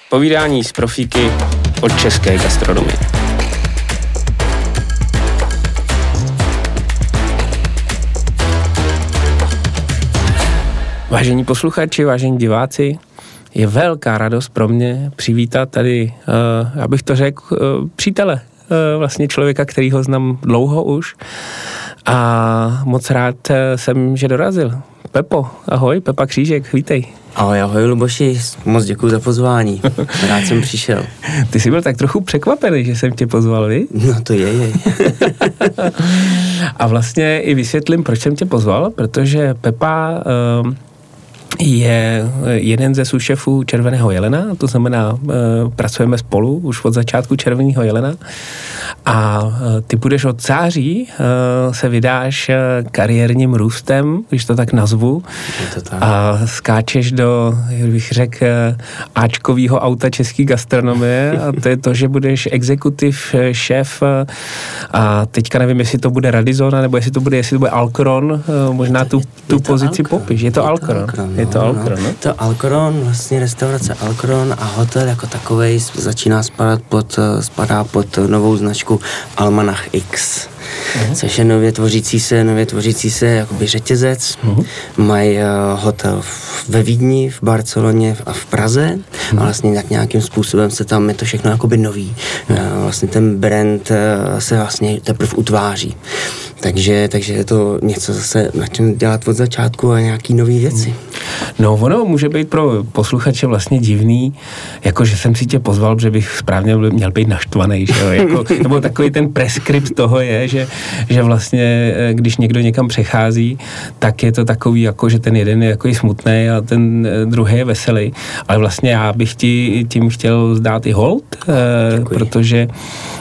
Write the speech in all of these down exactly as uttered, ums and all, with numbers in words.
Povídání z profíky od české gastronomie. Vážení posluchači, vážení diváci, je velká radost pro mě přivítat tady, uh, abych to řekl, uh, přítele, uh, vlastně člověka, kterýho znám dlouho už a moc rád uh, jsem, že dorazil. Pepo, ahoj, Pepa Křížek, vítej. Ahoj, ahoj Luboši, moc děkuji za pozvání, rád jsem přišel. Ty jsi byl tak trochu překvapený, že jsem tě pozval, vi? No to je, je. A vlastně i vysvětlím, proč jsem tě pozval, protože Pepa uh, je jeden ze sušefů Červeného jelena, to znamená, uh, pracujeme spolu už od začátku Červeného jelena a uh, ty budeš od září, uh, se vydáš uh, kariérním růstem, když to tak nazvu, to tak. A skáčeš do, jak bych řekl, áčkovýho auta české gastronomie a to je to, že budeš exekutiv šéf a teďka nevím, jestli to bude Radisson, nebo jestli to bude, jestli to bude Alcron, možná tu, tu pozici Alcron. popiš. Je to Alcron. Je to Alcron, no? To Alcron, vlastně restaurace Alcron a hotel jako takovej začíná spadat pod, spadá pod novou značku Almanach X. Uh-huh. Což je nově tvořící se, nově tvořící se jakoby řetězec. Uh-huh. Mají uh, hotel ve Vídni, v Barceloně a v Praze. Uh-huh. A vlastně tak nějakým způsobem se tam, je to všechno jakoby nový. Uh, vlastně ten brand uh, se vlastně teprve utváří. Takže, takže je to něco zase na čem dělat od začátku a nějaký nový věci. No ono může být pro posluchače vlastně divný, jako že jsem si tě pozval, že bych správně měl být naštvaný, že jo, jako, nebo takový ten preskript toho je, že, že vlastně, když někdo někam přechází, tak je to takový, jako že ten jeden je jako smutný a ten druhý je veselý, ale vlastně já bych ti tím chtěl zdát i hold, eh, protože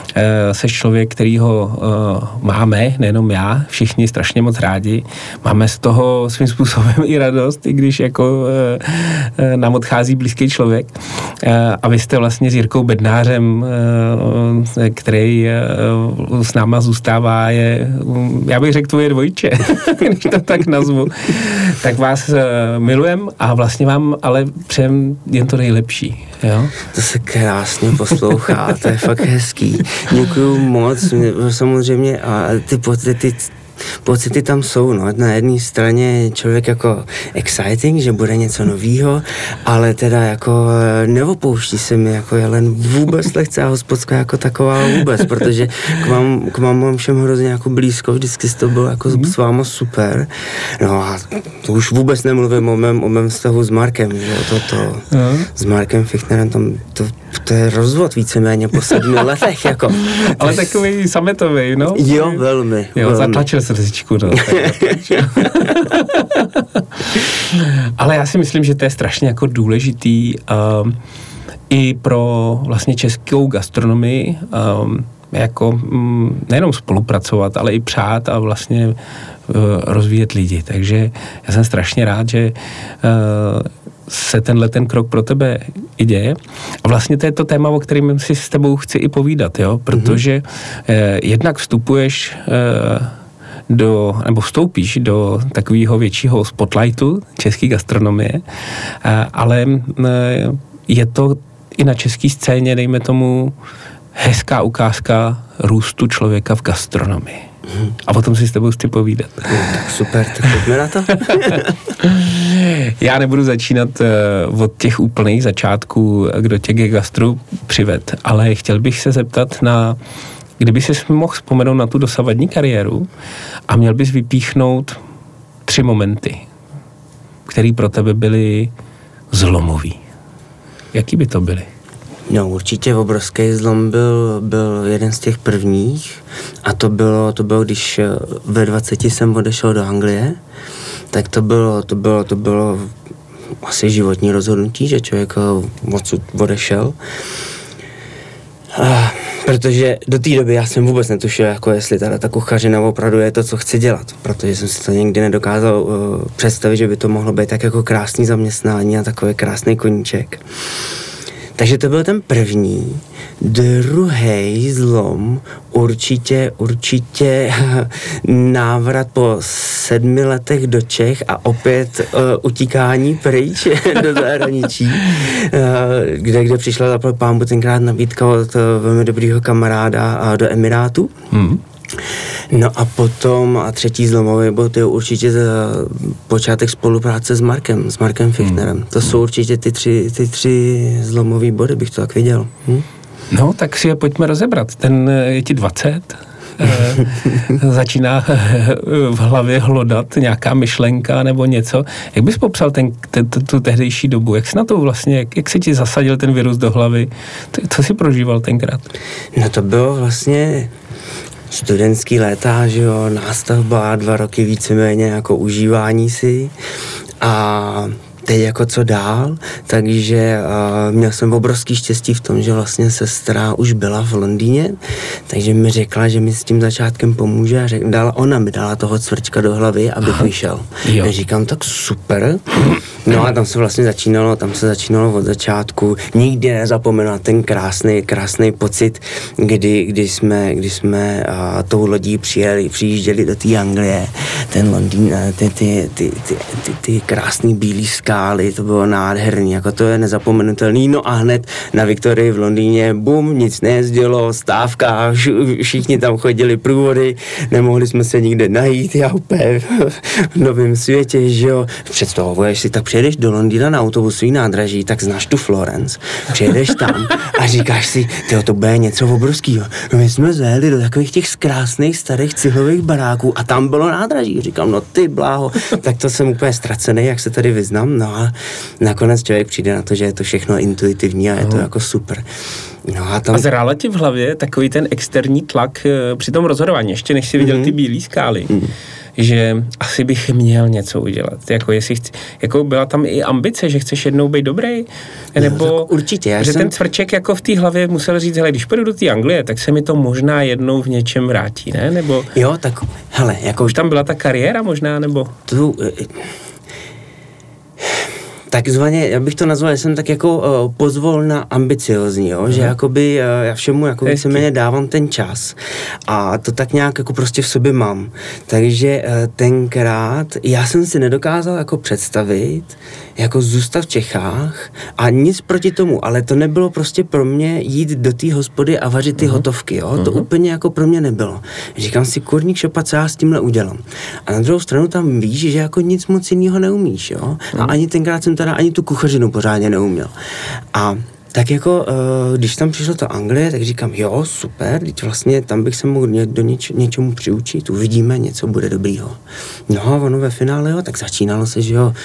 seš člověk, kterýho uh, máme, nejenom já, všichni strašně moc rádi. Máme z toho svým způsobem i radost, i když jako uh, uh, nám odchází blízký člověk. Uh, a vy jste vlastně s Jirkou Bednářem, uh, který uh, s náma zůstává, je, um, já bych řekl tvoje dvojče, když to tak nazvu. Tak vás uh, milujem a vlastně vám ale přejem jen to nejlepší. Jo? To se krásně poslouchá, to je fakt hezký. Děkuju moc, samozřejmě, a ty pocity, pocity tam jsou, no. Na jedné straně člověk jako exciting, že bude něco novýho, ale teda jako neopouští se mi jako jelen vůbec lehce a hospodská jako taková vůbec, protože k vám, k vám mám všem hrozně jako blízko, vždycky to bylo jako s váma super. No a to už vůbec nemluvím o mém, o mém vztahu s Markem, že to, to, uh-huh. s Markem Fichtnerem, tam to, to je rozvod víceméně po sedmi letech, jako. Ale takový sametový, no? Jo, velmi. Jo, velmi. Zatlačil srdcičku, no. Ale já si myslím, že to je strašně jako důležitý um, i pro vlastně českou gastronomii um, jako um, nejenom spolupracovat, ale i přát a vlastně uh, rozvíjet lidi. Takže já jsem strašně rád, že uh, se tenhle ten krok pro tebe i děje. A vlastně to je to téma, o kterém si s tebou chci i povídat, jo, protože mm-hmm. eh, jednak vstupuješ eh, do, nebo vstoupíš do takového většího spotlightu české gastronomie, eh, ale eh, je to i na české scéně, dejme tomu, hezká ukázka růstu člověka v gastronomii. A potom si s tebou chci povídat. No, tak super, tak pojďme na to. Já nebudu začínat uh, od těch úplných začátků, kdo tě k gastru přived, ale chtěl bych se zeptat na, kdyby jsi mohl vzpomenout na tu dosavadní kariéru a měl bys vypíchnout tři momenty, které pro tebe byly zlomový. Jaký by to byly? No, určitě obrovský zlom byl, byl jeden z těch prvních a to bylo, to bylo, když ve dvaceti jsem odešel do Anglie, tak to bylo, to bylo, to bylo asi životní rozhodnutí, že člověk odsud odešel. A, protože do té doby já jsem vůbec netušil, jako jestli teda ta kuchařina opravdu je to, co chci dělat, protože jsem si to nikdy nedokázal uh, představit, že by to mohlo být tak jako krásný zaměstnání a takový krásný koníček. Takže to byl ten první. Druhý zlom, určitě, určitě návrat po sedmi letech do Čech a opět uh, utíkání pryč do zahraničí, uh, kde, kde přišla zaplať pánbu tenkrát nabídka od uh, velmi dobrýho kamaráda uh, do Emirátu. Hmm. No a potom, a třetí zlomový bod je určitě počátek spolupráce s Markem, s Markem Fichtnerem. Hmm. To jsou určitě ty tři, ty tři zlomový body, bych to tak viděl. Hm? No, tak si je pojďme rozebrat. Ten je ti dvacet, začíná v hlavě hlodat nějaká myšlenka nebo něco. Jak bys popsal ten, ten, tu tehdejší dobu? Jak jsi na to vlastně, jak, jak se ti zasadil ten virus do hlavy? Co jsi prožíval tenkrát? No to bylo vlastně studentský léta, že jo, nástavba, dva roky víceméně jako užívání si a teď jako co dál, takže uh, měl jsem obrovský štěstí v tom, že vlastně sestra už byla v Londýně, takže mi řekla, že mi s tím začátkem pomůže a řek, dala, ona mi dala toho cvrčka do hlavy, abych vyšel. Já říkám, tak super. No a tam se vlastně začínalo, tam se začínalo od začátku. Nikdy nezapomenu na ten krásný, krásný pocit, kdy, kdy jsme, kdy jsme uh, tou lodí přijeli, přijížděli do té Anglie, ten Londýn, ty, ty, ty, ty, ty, ty krásný bílý skály, to bylo nádherný, jako to je nezapomenutelný. No a hned na Viktorii v Londýně, bum, nic nejezdilo, stávka, všichni tam chodili průvody, nemohli jsme se nikde najít, já úplně v novém světě, že jo. Představuješ si, tak přijedeš do Londýna na autobusový nádraží, tak znáš tu Florence, přijedeš tam a říkáš si, tyjo, to bude něco obrovského. No my jsme zajeli do takových těch krásných starých cihlových baráků a tam bylo nádraží. Říkám, no ty bláho, tak to jsem úplně ztracený, jak se tady vyznám. No a nakonec člověk přijde na to, že je to všechno intuitivní a je to uh-huh. jako super. No a, tam... a zrála ti v hlavě takový ten externí tlak při tom rozhodování, ještě než jsi viděl mm-hmm. ty bílý skály, mm. že asi bych měl něco udělat. Jako, jestli chci, jako byla tam i ambice, že chceš jednou být dobrý? Nebo, no, určitě. Já že jsem... ten cvrček jako v té hlavě musel říct, hele, když půjdu do té Anglie, tak se mi to možná jednou v něčem vrátí, ne? Nebo... Jo, tak, hele, jako... Už tam byla ta kariéra možná, nebo... Tu... Takzvaně, já bych to nazval, že jsem tak jako uh, pozvolna ambiciozní, jo? Že jakoby uh, já všemu jako víceméně dávám ten čas a to tak nějak jako prostě v sobě mám. Takže uh, tenkrát já jsem si nedokázal jako představit, jako zůstat v Čechách a nic proti tomu, ale to nebylo prostě pro mě jít do té hospody a vařit ty uh-huh. hotovky, jo? Uh-huh. To úplně jako pro mě nebylo. Říkám si, kurník šopa, co já s tímhle udělám. A na druhou stranu tam víš, že jako nic moc jiného neumíš, jo? Uh-huh. A ani tenkrát jsem teda ani tu kuchařinu pořádně neuměl. A tak jako, když tam přišlo to Anglie, tak říkám, jo, super, teď vlastně tam bych se mohl ně, do něč, něčemu přiučit, uvidíme, něco bude dobrýho. No a ono ve finále, jo, tak začínalo se, že jo,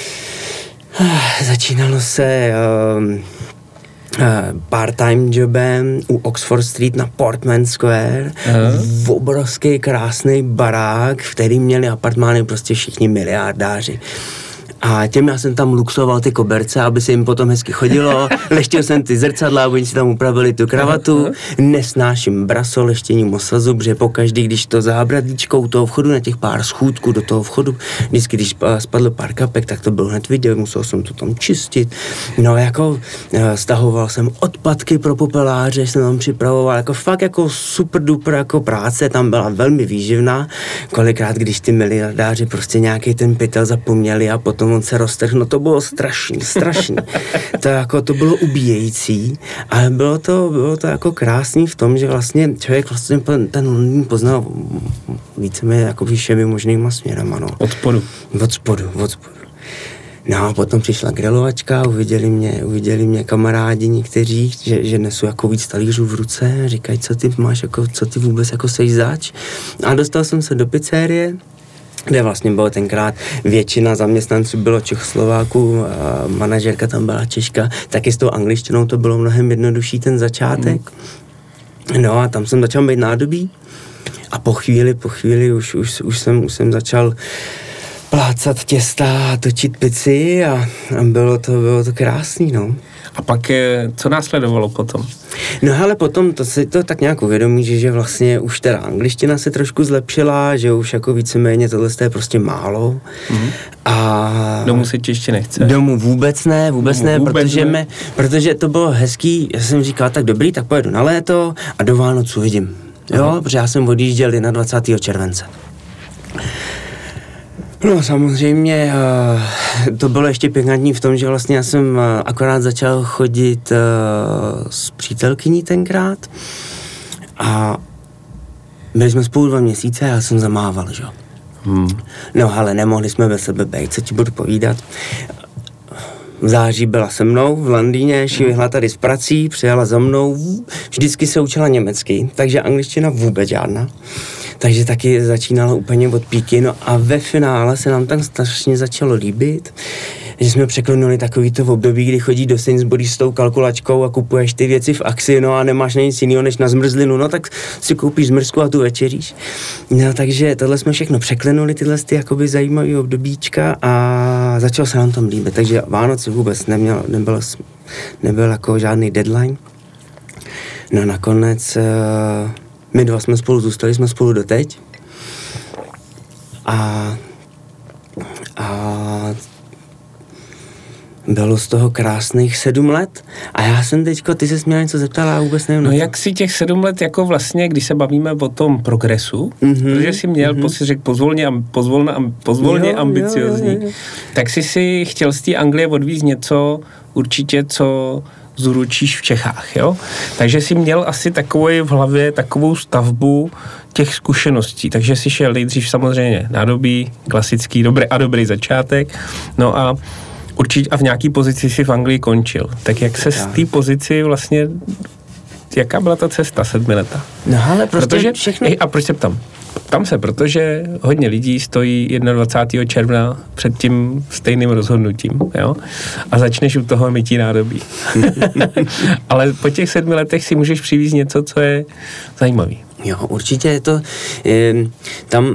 začínalo se um, Uh, part-time jobem u Oxford Street na Portman Square, uh-huh. v obrovský krásný barák, v který měli apartmány prostě všichni miliardáři. A těm já jsem tam luxoval ty koberce, aby se jim potom hezky chodilo. Leštil jsem ty zrcadla, aby si tam upravili tu kravatu. Nesnáším braso, leštění mosazu, protože pokaždý, když to zábradlíčkou toho vchodu na těch pár schůdků do toho vchodu, vždycky, když spadl pár kapek, tak to bylo hned vidět, musel jsem to tam čistit. No jako stahoval jsem odpadky pro popeláře, jsem tam připravoval, jako fakt jako super duper jako práce, tam byla velmi výživná. Kolikrát, když ty miliardáři prostě nějaký ten pytel zapomněli a potom on se roztrhl, no to bylo strašný, strašný. To jako, to bylo ubíjející, ale bylo to, bylo to jako krásný v tom, že vlastně člověk vlastně ten Londýn poznal víceméně jako všemi možnýma směrama, no. Od spodu. Od spodu, od spodu. No a potom přišla grilovačka, uviděli mě, uviděli mě kamarádi někteří, že, že nesu jako víc talířů v ruce, říkají, co ty máš, jako, co ty vůbec jako seš zač. A dostal jsem se do pizzerie, kde vlastně bylo tenkrát většina zaměstnanců bylo Čechoslováků, a manažerka tam byla Češka, taky s tou angličtinou to bylo mnohem jednodušší ten začátek. No a tam jsem začal být nádobí a po chvíli, po chvíli už, už, už, jsem, už jsem začal plácat těsta a točit pici a, a bylo to, bylo to krásný, no. A pak je, co následovalo potom? No ale potom to si to tak nějak uvědomí, že, že vlastně už teda angličtina se trošku zlepšila, že už jako víceméně tohle je prostě málo. Mm-hmm. A domů se ti ještě nechce? Domů vůbec ne, vůbec domů ne, vůbec protože, ne. Me, protože to bylo hezký, já jsem říkal, tak dobrý, tak pojedu na léto a do Vánoc uvidím. Jo, aha. Protože já jsem odjížděl na dvacátého července. No samozřejmě to bylo ještě pikantní v tom, že vlastně já jsem akorát začal chodit s přítelkyní tenkrát a byli jsme spolu dva měsíce a já jsem zamával, že jo. Hmm. No ale nemohli jsme bez sebe být, co ti budu povídat. V září byla se mnou v Londýně, švihla tady s prací, přijela za mnou, vždycky se učila německy, takže angličtina vůbec žádná. Takže taky začínala úplně od píky, no a ve finále se nám tam strašně začalo líbit, že jsme překlonili takový to v období, kdy chodí do Sainsbury s tou kalkulačkou a kupuješ ty věci v Axi, no a nemáš na nic jiného než na zmrzlinu, no tak si koupíš zmrzku a tu večeříš. No takže tohle jsme všechno překlenuli, tyhle ty jakoby zajímavý obdobíčka a začalo se nám tam líbit, takže Vánoce vůbec neměl, nebyl, nebyl jako žádný deadline. No nakonec my dva jsme spolu zůstali, jsme spolu doteď. A, a bylo z toho krásných sedm let. A já jsem teďko, ty ses měla něco zeptala a vůbec nevím. No jak si těch sedm let, jako vlastně, když se bavíme o tom progresu, mm-hmm, protože jsi měl, mm-hmm. si řekl, pozvolně, pozvolna, pozvolně jo, ambiciozní, jo, jo, jo. tak jsi si chtěl z té Anglie odvízt něco určitě, co zuručíš v Čechách, jo? Takže jsi měl asi takovou v hlavě takovou stavbu těch zkušeností, takže jsi šel nejdřív samozřejmě nádobí, klasický dobrý a dobrý začátek, no a určitě a v nějaký pozici si v Anglii končil. Tak jak se z té pozici vlastně, jaká byla ta cesta sedmiletá? No ale prostě protože, všechno... Ej, a proč se ptám? Ptám se, protože hodně lidí stojí dvacátého prvního června před tím stejným rozhodnutím, jo? A začneš u toho mytí nádobí. Ale po těch sedmi letech si můžeš přivízt něco, co je zajímavý. Jo, určitě je to... Je, tam...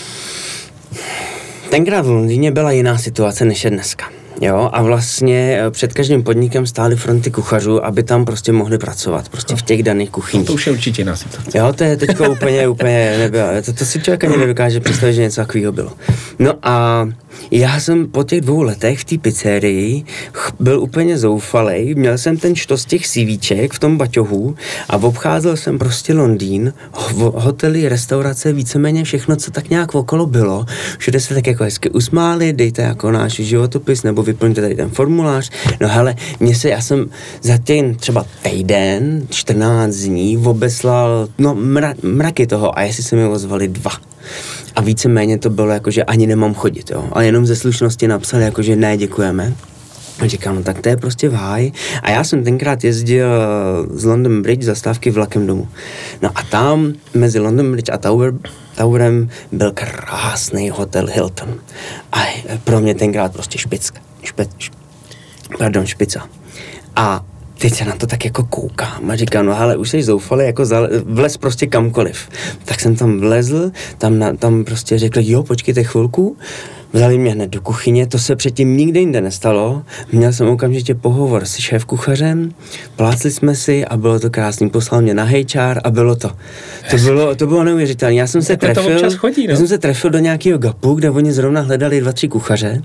Tenkrát v Londýně byla jiná situace, než je dneska. Jo, a vlastně před každým podnikem stály fronty kuchařů, aby tam prostě mohli pracovat, prostě v těch daných kuchyních. To už je určitě jiná situace. Jo, to je teďko úplně, úplně nebylo. To, to si člověk ani nedokáže představit, že něco takového bylo. No a já jsem po těch dvou letech v té pizzerii byl úplně zoufalej, měl jsem ten štos těch CVček v tom baťohu a obcházel jsem prostě Londýn, hotely, restaurace, víceméně všechno, co tak nějak okolo bylo. Všude se tak jako hezky usmáli, dejte jako náš životopis, nebo vyplňte tady ten formulář. No hele, mě se, já jsem za ten třeba týden, čtrnáct dní obeslal, no mra, mraky toho a jestli se mi ozvali dva. A víceméně to bylo jako, že ani nemám chodit, jo. Ale jenom ze slušnosti napsali jako, že ne, děkujeme. A říkám, no tak to je prostě v háji. A já jsem tenkrát jezdil z London Bridge zastávky vlakem domů. No a tam mezi London Bridge a Tower, Towerem byl krásný hotel Hilton. A pro mě tenkrát prostě špicka. Špe, šp, pardon, špica. A teď se na to tak jako koukám a říkám, no hele, už jsi zoufalý, jako zale, vlez prostě kamkoliv. Tak jsem tam vlezl, tam, na, tam prostě řekli, jo, počkejte chvilku, vzali mě hned do kuchyně, to se předtím nikdy jinde nestalo. Měl jsem okamžitě pohovor s šéfkuchařem, plácli jsme si a bylo to krásný, poslal mě na H R a bylo to. To bylo, to bylo neuvěřitelné. Já jsem se trefil, chodí, no? já jsem se trefil do nějakého gapu, kde oni zrovna hledali dva, tři kuchaře.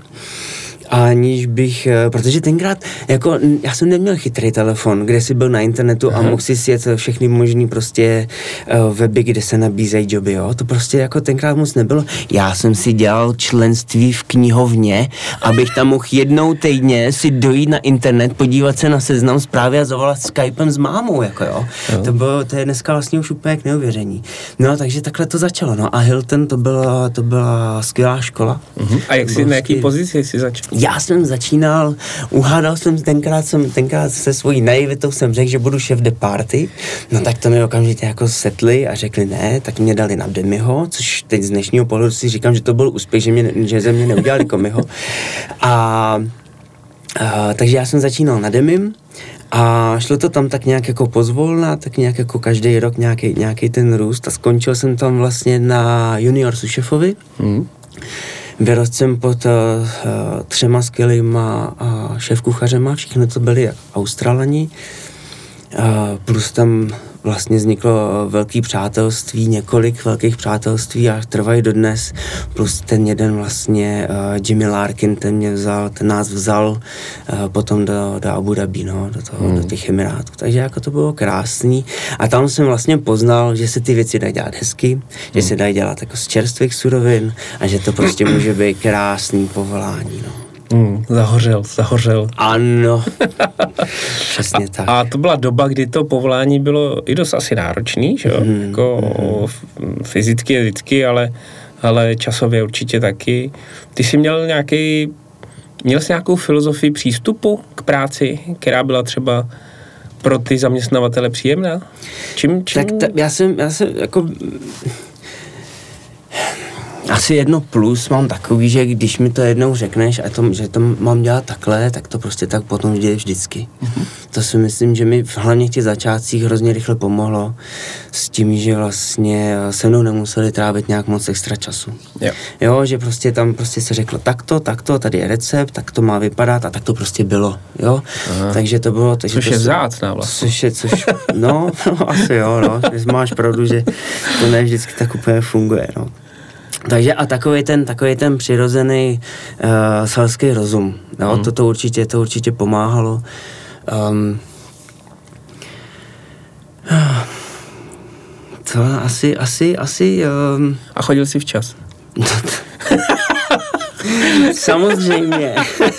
Aniž bych, protože tenkrát, jako, já jsem neměl chytrý telefon, kde jsi byl na internetu a mohl si sjet všechny možný prostě uh, weby, kde se nabízejí joby, jo, to prostě jako tenkrát moc nebylo. Já jsem si dělal členství v knihovně, abych tam mohl jednou týdně si dojít na internet, podívat se na seznam zprávy a zavolat Skypem s mámou, jako jo. jo. To bylo, to je dneska vlastně už úplně k neuvěření. No, takže takhle to začalo, no a Hilton to byla, to byla skvělá škola. Uh-huh. A jak jsi, na jaký pozici jsi začal? Já jsem začínal, uhádal jsem, tenkrát jsem, tenkrát se svojí naivitou jsem řekl, že budu šéf de party, no tak to mi okamžitě jako setli a řekli ne, tak mě dali na Demiho, což teď z dnešního pohledu si říkám, že to byl úspěch, že, mě, že ze mě neudělali komiho. A, a takže já jsem začínal na Demim a šlo to tam tak nějak jako pozvolna, tak nějak jako každý rok nějaký, nějaký ten růst a skončil jsem tam vlastně na junior sušefovi. Hmm. vyrostl jsem pod uh, třema skvělýma uh, šéfkuchařema, všichni to byli Australani, uh, plus tam vlastně vzniklo velké přátelství, několik velkých přátelství a trvají dodnes, plus ten jeden vlastně uh, Jimmy Larkin, ten mě vzal, ten nás vzal uh, potom do, do Abu Dhabi, no, do, toho, hmm. do těch Emirátů, takže jako to bylo krásný a tam jsem vlastně poznal, že se ty věci dají dělat hezky, hmm. že se dají dělat jako z čerstvých surovin a že to prostě může být krásný povolání, no. Hmm, zahořel, zahořel. Ano, přesně tak. A to byla doba, kdy to povolání bylo i dost asi náročný, že jo? Hmm, jako hmm. fyzicky, lidsky, ale, ale časově určitě taky. Ty jsi měl nějaký, měl jsi nějakou filozofii přístupu k práci, která byla třeba pro ty zaměstnavatele příjemná? Čím, čím? Tak ta, já jsem, já jsem jako... Asi jedno plus mám takový, že když mi to jednou řekneš, a to, že to mám dělat takhle, tak to prostě tak potom vždy vždycky. Mm-hmm. To si myslím, že mi hlavně v těch začátcích hrozně rychle pomohlo s tím, že vlastně se mnou nemuseli trávit nějak moc extra času. Jo. Jo, že prostě tam prostě se řeklo takto, takto, tady je recept, tak to má vypadat a tak to prostě bylo, jo. Aha. Takže to bylo... Takže což to je vzácná vlastně. Což je, což, no, no, asi jo, no, máš pravdu, že to ne vždycky tak úplně funguje, no. Takže a takový ten, takový ten přirozený uh, selský rozum, jo, mm. to, to, určitě, to určitě pomáhalo. Um, to asi, asi, asi... Um, a chodil jsi včas? Samozřejmě.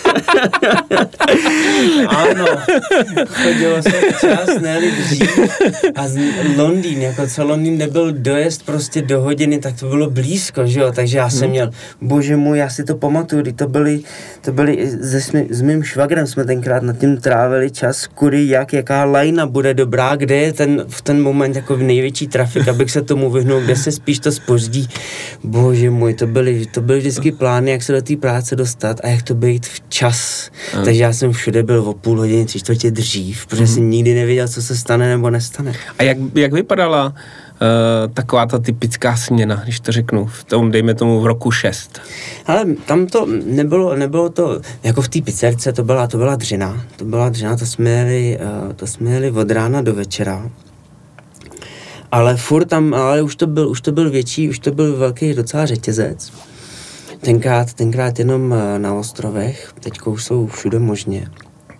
Ano, chodilo se včas, ne-li dřív. A z Londýn, jako co Londýn nebyl dojezd prostě do hodiny, tak to bylo blízko, že jo, takže já jsem hmm. měl, bože můj, já si to pamatuju, kdy to byly, to byly se s, s mým švagrem jsme tenkrát nad tím trávili čas, kudy, jak, jaká lajna bude dobrá, kde je ten, v ten moment jako největší trafik, abych se tomu vyhnul, kde se spíš to zpozdí. Bože můj, to byly, to byly vždycky plány, jak se do té práce dostat a jak to být včas. Hmm. Takže já jsem všude byl o půl hodiny, tři čtvrtě dřív, protože hmm. jsem nikdy nevěděl, co se stane nebo nestane. A jak, jak vypadala uh, taková ta typická směna, když to řeknu, v tom, dejme tomu v roku šest? Ale tam to nebylo, nebylo to, jako v té pizzerce, to byla, to byla dřina, to byla dřina, to jsme jeli, uh, to jsme jeli od rána do večera. Ale furt tam, ale už to byl, už to byl větší, už to byl velký docela řetězec. Tenkrát, tenkrát jenom na ostrovech, teďko už jsou všude možně.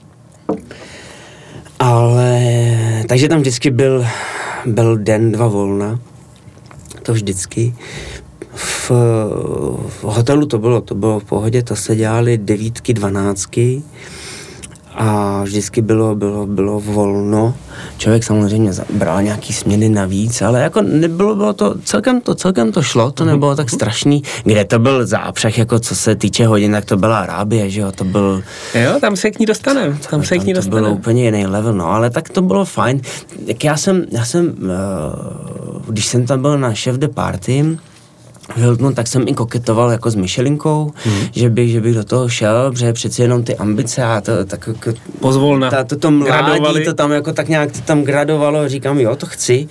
Ale, takže tam vždycky byl, byl den, dva volna, to vždycky. V, v hotelu to bylo, to bylo v pohodě, to se dělali devítky, dvanáctky a vždycky bylo, bylo, bylo volno. Člověk samozřejmě bral nějaký směny navíc, ale jako nebylo, bylo to, celkem to, celkem to šlo, to nebylo tak strašný. Kde to byl zápřeh, jako co se týče hodin, tak to byla Arábie, že jo, to byl... Jo, tam se k ní dostaneme, tam, tam se k ní dostaneme. To bylo úplně jiný level, no, ale tak to bylo fajn. Jak já jsem, já jsem, když jsem tam byl na chef de party, no, tak jsem i koketoval jako s Michelinkou, hmm. že, bych, že bych do toho šel, protože přeci jenom ty ambice a to tak jako... Pozvolna. Ta, to, to mládí, gradovali. To tam jako tak nějak to tam gradovalo, říkám, jo, to chci.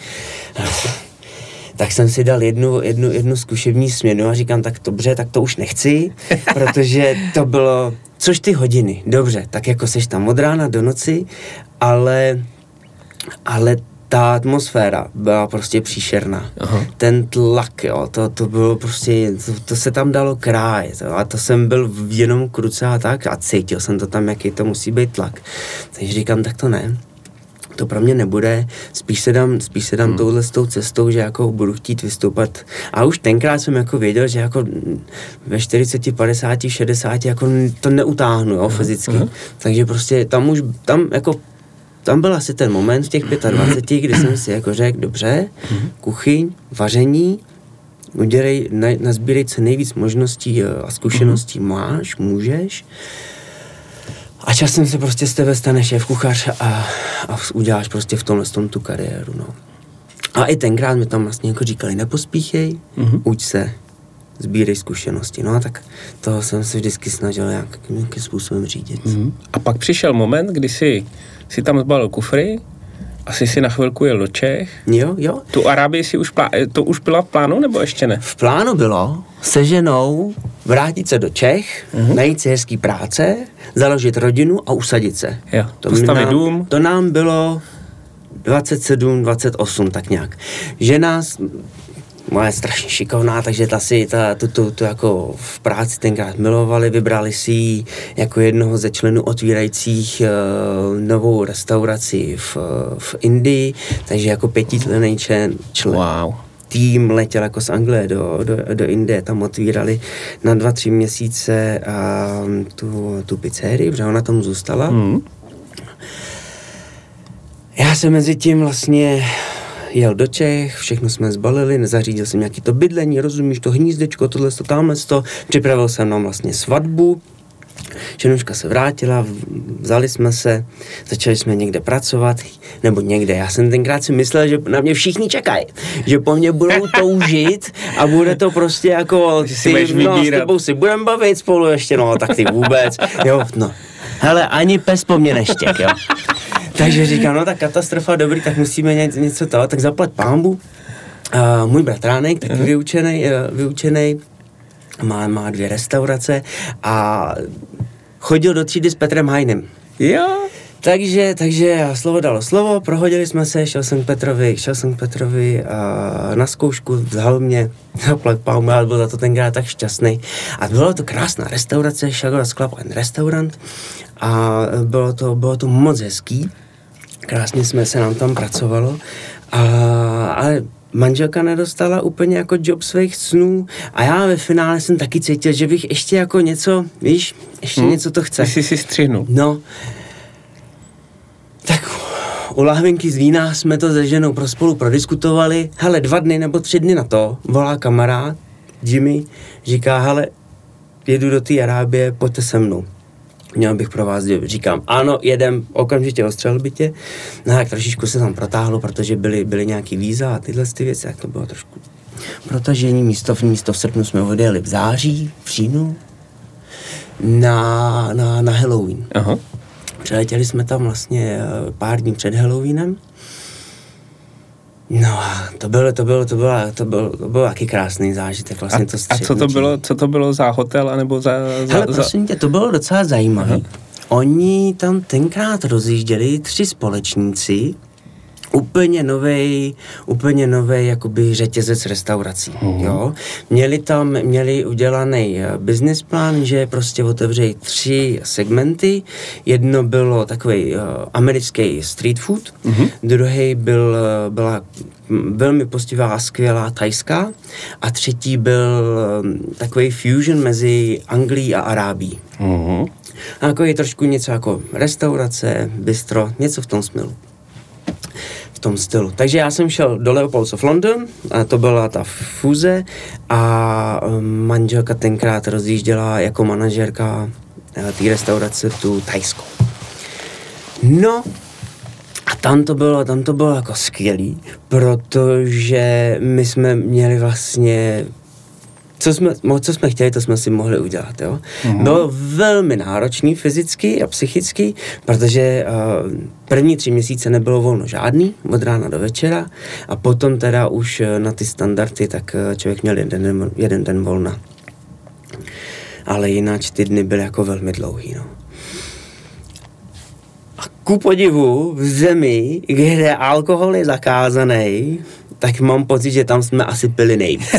Tak jsem si dal jednu, jednu, jednu zkušební směnu a říkám, tak dobře, tak to už nechci, protože to bylo, což ty hodiny, dobře, tak jako seš tam od rána do noci, ale, ale ta atmosféra byla prostě příšerná. Aha. Ten tlak, jo, to, to bylo prostě, to, to se tam dalo krájet, jo, a to jsem byl jenom kruce a tak a cítil jsem to tam, jaký to musí být tlak. Takže říkám, tak to ne. To pro mě nebude, spíš se dám, spíš se dám hmm. touhle s tou cestou, že jako budu chtít vystoupat. A už tenkrát jsem jako věděl, že jako ve čtyřicet, padesát, šedesát jako to neutáhnu, jo, fyzicky. Hmm. Takže prostě tam už, tam jako tam byl asi ten moment v těch dvaceti pěti, kdy jsem si jako řekl, dobře, kuchyň, vaření, udělej, na, nazbírej co nejvíc možností a zkušeností máš, můžeš. A časem se prostě z tebe stane šéf kuchař a, a uděláš prostě v tomhle tom tu kariéru, no. A i tenkrát mi tam vlastně jako říkali, nepospíchej, mm-hmm. uč se, sbírej zkušenosti. No a tak toho jsem se vždycky snažil nějakým způsobem řídit. Mm-hmm. A pak přišel moment, kdy si, si tam zbalil kufry asi si na chvilku jel do Čech. Jo, jo. Tu Arábii si už, plá, to už byla v plánu, nebo ještě ne? V plánu bylo se ženou vrátit se do Čech, uh-huh. najít si hezký práce, založit rodinu a usadit se. Jo, to postavit nám, dům. To nám bylo dvacet sedm, dvacet osm, tak nějak. Žena moje strašně šikovná, takže ta si ta, tu, tu, tu jako v práci tenkrát milovali, vybrali si ji jako jednoho ze členů otvírajících uh, novou restauraci v, v Indii, takže jako pětičlenný člen, člen. Wow. Tým letěl jako z Anglie do, do, do Indie, tam otvírali na dva, tři měsíce um, tu, tu pizzerii, protože ona tam zůstala. Hmm. Já jsem mezi tím vlastně jel do Čech, všechno jsme zbalili, nezařídil jsem nějaký to bydlení, rozumíš, to hnízdečko, tohle, to, tamhle, to, připravil jsem nám vlastně svatbu, ženuška se vrátila, vzali jsme se, začali jsme někde pracovat, nebo někde, já jsem tenkrát si myslel, že na mě všichni čekají, že po mně budou toužit a bude to prostě jako, ty, no, s tebou si budeme bavit spolu ještě, no, tak ty vůbec, jo, no. Hele, ani pes po mně neštěk, jo. Takže říkám, no tak katastrofa, dobrý, tak musíme něco, něco toho, tak zaplať pánbu. Uh, můj bratránek, taky uh-huh. vyučený, uh, vyučený, má, má dvě restaurace a chodil do třídy s Petrem Hajnem. Jo. Takže, takže slovo dalo slovo, prohodili jsme se, šel jsem k Petrovi, šel jsem k Petrovi uh, na zkoušku, vzal mě, zaplať pánbu, ale byl za to tenkrát tak šťastný. A byla to krásná restaurace, Sugarloaf Club and Restaurant a bylo to, bylo to moc hezký. Krásně jsme se nám tam pracovalo, a, ale manželka nedostala úplně jako job svých snů a já ve finále jsem taky cítil, že bych ještě jako něco, víš, ještě hmm. něco to chce. Jsi si střihnul. No, tak u lahvinky z vína jsme to se ženou pro spolu prodiskutovali, hele, dva dny nebo tři dny na to volá kamarád Jimmy, říká, hele, jedu do té Arábie, pojďte se mnou. Měl bych pro vás, říkám, ano, jedem, okamžitě ostřel bytě. No tak trošičku se tam protáhlo, protože byly, byly nějaký víza a tyhle ty věci, jak to bylo trošku protažení. Místo v, místo v srpnu jsme odjeli v září, v říjnu, na, na, na Halloween. Aha. Přeletěli jsme tam vlastně pár dní před Halloweenem. No a to bylo, to bylo, to bylo, to bylo, to bylo taky krásný zážitek, vlastně a, to A co to bylo, co to bylo za hotel, anebo za... za Hele, prosím tě, to bylo docela zajímavé. Aha. Oni tam tenkrát rozjížděli tři společníci, úplně novej, úplně novej jakoby řetězec restaurací, uh-huh. jo. Měli tam, měli udělaný business plán, že prostě otevřejí tři segmenty. Jedno bylo takový uh, americký street food, uh-huh. druhý byl, byla velmi postivá, skvělá thajská a třetí byl um, takový fusion mezi Anglií a Arábií. Uh-huh. A jako je trošku něco jako restaurace, bistro, něco v tom směru. V tom stylu. Takže já jsem šel do Leopold's of London, a to byla ta fúze a manželka tenkrát rozjížděla jako manažerka té restaurace tu thajskou. No a tam to bylo, tam to bylo jako skvělý, protože my jsme měli vlastně Co jsme, co jsme chtěli, to jsme si mohli udělat, jo. Mm-hmm. Bylo velmi náročný fyzicky a psychicky, protože uh, první tři měsíce nebylo volno žádný, od rána do večera, a potom teda už na ty standardy, tak člověk měl jeden den, jeden den volna. Ale jinak ty dny byly jako velmi dlouhý, no. A ku podivu v zemi, kde alkohol je zakázaný, tak mám pocit, že tam jsme asi pili nejvíc.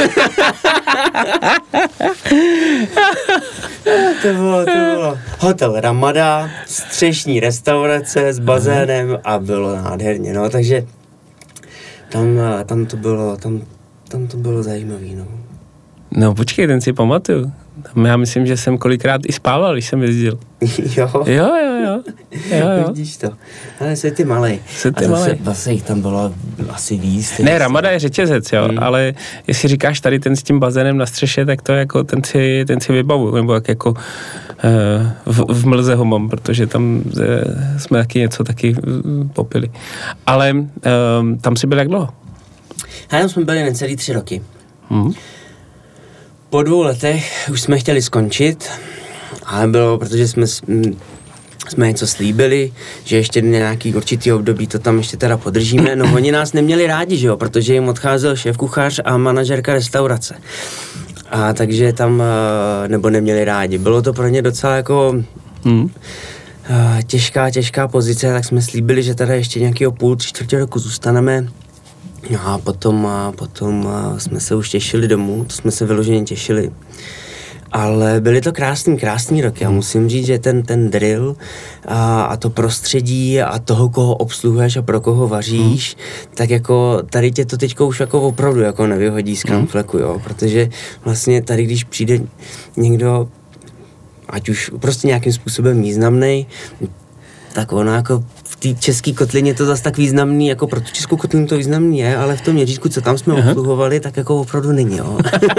to, bylo, to bylo hotel Ramada, střešní restaurace s bazénem a bylo nádherně, no, takže tam, tam to bylo, tam, tam to bylo zajímavý, no. No počkej, ten si pamatuju. Já myslím, že jsem kolikrát i spával, když jsem jezdil. Jo? Jo, jo, jo. jo, jo. Vidíš to. Ale jsi ty malej. Jsi ty a zase, malej. zase jich tam bylo asi víc. Ne, Ramada je řetězec, jo, hmm. ale jestli říkáš tady ten s tím bazénem na střeše, tak to jako ten si, ten si vybavuju, nebo jak jako uh, v, v Mlze ho mám, protože tam uh, jsme taky něco taky uh, popili. Ale uh, tam si byl jak dlouho? A tam jsme byli necelý tři roky. Hmm. Po dvou letech už jsme chtěli skončit, ale bylo, protože jsme jsme něco slíbili, že ještě nějaký určitý období to tam ještě teda podržíme. No oni nás neměli rádi, že jo, protože jim odcházel šéfkuchař a manažerka restaurace. A takže tam, nebo neměli rádi. Bylo to pro ně docela jako hmm. těžká, těžká pozice, tak jsme slíbili, že teda ještě nějakého půl, tři čtvrtě roku zůstaneme. No a potom, a potom jsme se už těšili domů, to jsme se vyloženě těšili. Ale byly to krásný, krásný roky. Já musím říct, že ten, ten drill a, a to prostředí a toho, koho obsluhuješ a pro koho vaříš, hmm. tak jako tady tě to teďko už jako opravdu jako nevyhodí z kramfleku, jo. Protože vlastně tady, když přijde někdo, ať už prostě nějakým způsobem významnej, tak ono jako v té české kotlině to zase tak významný, jako pro tu českou kotlinu to významný je, ale v tom měřítku, co tam jsme obsluhovali, tak jako opravdu není, jo.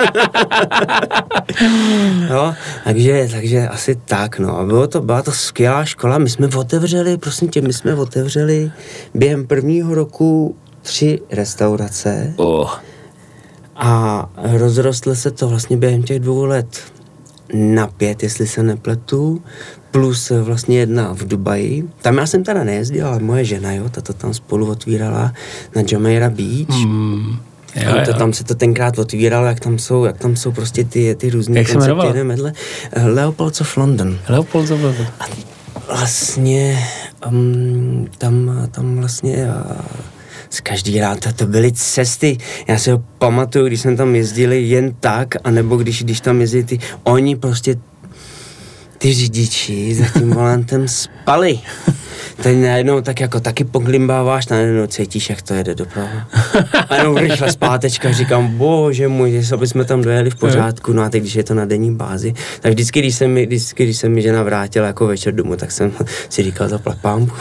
jo, takže, takže asi tak, no. A bylo to, byla to skvělá škola, my jsme otevřeli, prosím tě, my jsme otevřeli během prvního roku tři restaurace oh. a rozrostlo se to vlastně během těch dvou let na pět, jestli se nepletu, plus vlastně jedna v Dubaji. Tam já jsem teda nejezdil, ale moje žena, jo, ta to tam spolu otvírala na Jumeirah Beach. Mm, jo, jo. To, tam se to tenkrát otvíralo, jak tam jsou, jak tam jsou prostě ty, ty různý koncepty. Medle. Leopold's of London. Leopold's of London. A vlastně um, tam, tam vlastně uh, z každý rád, to byly cesty, já si ho pamatuju, když jsem tam jezdili jen tak, anebo když, když tam jezdili ty, oni prostě ty řidiči za tím volantem spali. Teď najednou tak jako taky poglimbáváš, najednou cítíš, jak to jede doprava. A jenom rychle zpátečka, říkám, bože můj, aby jsme tam dojeli v pořádku, no a teď, když je to na denní bázi, tak vždycky, když se mi, vždycky, když se mi žena vrátila jako večer domů, tak jsem si říkal, zaplať pánbu.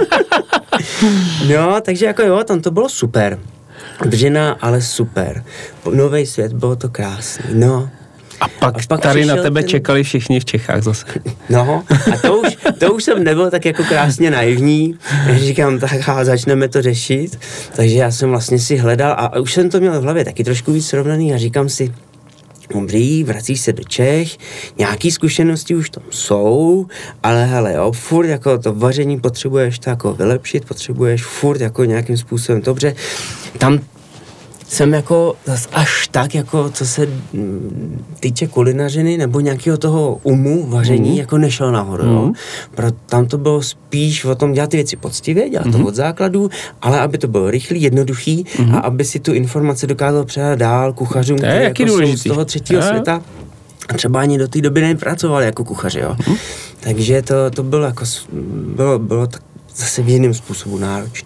No, takže jako jo, tam to bylo super. Držena, ale super. Nový svět, bylo to krásný, no. A pak, a pak tady na tebe ten... čekali všichni v Čechách zase. No, a to už, to už jsem nebyl tak jako krásně naivní, říkám, tak a začneme to řešit, takže já jsem vlastně si hledal a už jsem to měl v hlavě taky trošku víc srovnaný a říkám si, dobrý, vracíš se do Čech, nějaký zkušenosti už tam jsou, ale hele, jo, furt jako to vaření potřebuješ to jako vylepšit, potřebuješ furt jako nějakým způsobem, dobře, tam jsem jako zas až tak, jako co se týče kulinařiny nebo nějakého toho umu vaření, mm. jako nešel nahoru, mm. jo. Pro, tam to bylo spíš o tom dělat ty věci poctivě, dělat mm. to od základů, ale aby to bylo rychlý, jednoduchý mm. a aby si tu informaci dokázal předat dál kuchařům, kteří jako jsou z toho třetího a světa a třeba ani do té doby nepracovali jako kuchaři, jo. Mm. Takže to, to bylo jako, bylo, bylo tak zase v jiném způsobu náročný.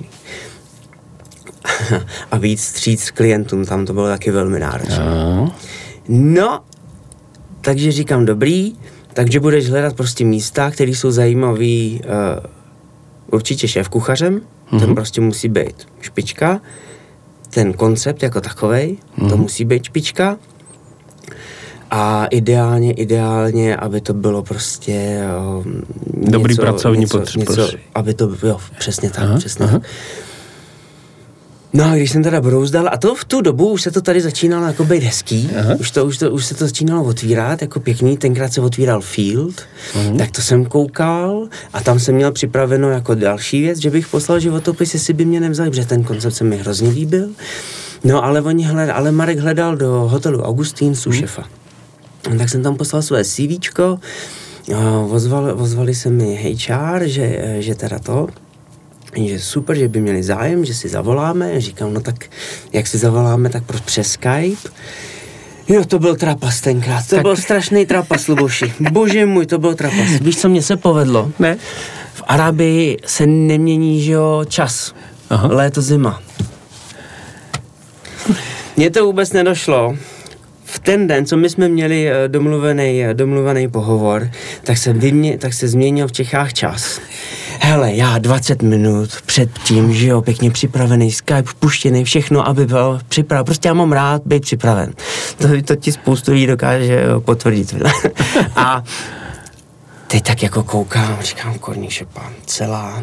A víc vstříc klientům, tam to bylo taky velmi náročné. No. no, takže říkám, dobrý, takže budeš hledat prostě místa, které jsou zajímavý uh, určitě šéfkuchařem, mm-hmm. ten prostě musí být špička, ten koncept jako takovej, mm-hmm. to musí být špička a ideálně, ideálně, aby to bylo prostě uh, dobrý něco, pracovní něco, potřeba. něco, aby to, jo, přesně tak, aha, přesně aha. tak. No a když jsem teda brouzdal, a to v tu dobu už se to tady začínalo jako být hezký, už, to, už, to, už se to začínalo otvírat jako pěkný, tenkrát se otvíral Field, uh-huh. tak to jsem koukal a tam jsem měl připraveno jako další věc, že bych poslal životopis, jestli by mě nevzali, protože ten koncept se mi hrozně líbil. No ale oni hledal, ale Marek hledal do hotelu Augustín su uh-huh. šefa. Tak jsem tam poslal své CVčko, ozvali, ozvali se mi H R, že, že teda to, že super, že by měli zájem, že si zavoláme. Říkám, no tak jak si zavoláme, tak pro přes Skype. Jo, to byl trapas tenkrát. To tak. byl strašný trapas, Luboši. Bože můj, to byl trapas. Víš, co mně se povedlo? Ne. V Arabii se nemění, že jo, čas. Aha. Léto, zima. Mně to vůbec nedošlo. V ten den, co my jsme měli domluvený, domluvený pohovor, tak se, vymě, tak se změnil v Čechách čas. Hele, já dvacet minut před tím, že jo, pěkně připravený Skype, puštěný, všechno, aby byl připraven. Prostě já mám rád být připraven. To, to ti spoustu lidí dokáže potvrdit. A teď tak jako koukám, říkám, Korník Šopa, celá...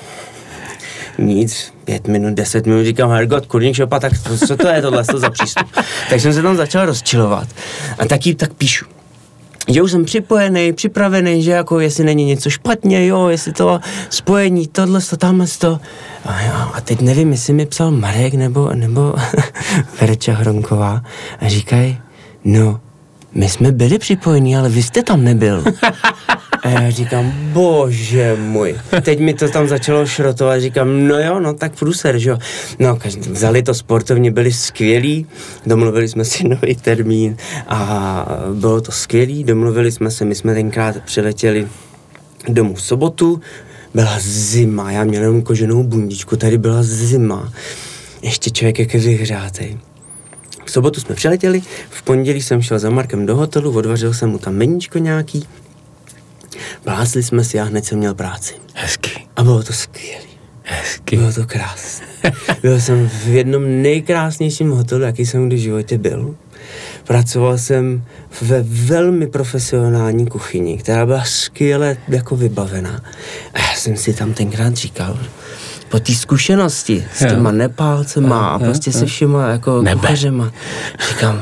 Nic, pět minut, deset minut, říkám, Hergot, Korník Šopa, tak to, co to je tohle to za přístup? Tak jsem se tam začal rozčilovat a taky tak píšu. že už jsem připojený, připravený, že jako jestli není něco špatně, jo, jestli to spojení, tohle, to, tamhle, to. A, jo, a teď nevím, jestli mi psal Marek nebo, nebo Verča Hronková a říkají, no, my jsme byli připojení, ale vy jste tam nebyl. A já říkám, bože můj. Teď mi to tam začalo šrotovat, říkám, no jo, no tak průser, že jo. No, vzali to sportovně, byli skvělí, domluvili jsme si nový termín a bylo to skvělý, domluvili jsme se, my jsme tenkrát přiletěli domů v sobotu, byla zima, já měl jenom koženou bundičku, tady byla zima, ještě člověk jak je vyhřátej. V sobotu jsme přiletěli, v pondělí jsem šel za Markem do hotelu, odvařil jsem mu tam meníčko nějaký, plásli jsme si a hned jsem měl práci. Hezky. A bylo to skvělý. Hezky. Bylo to krásné. Byl jsem v jednom nejkrásnějším hotelu, jaký jsem kdy v životě byl. Pracoval jsem ve velmi profesionální kuchyni, která byla skvěle jako vybavená. A já jsem si tam tenkrát říkal, po té zkušenosti s těma Nepálcema a prostě se všema jako kuchařema, říkám,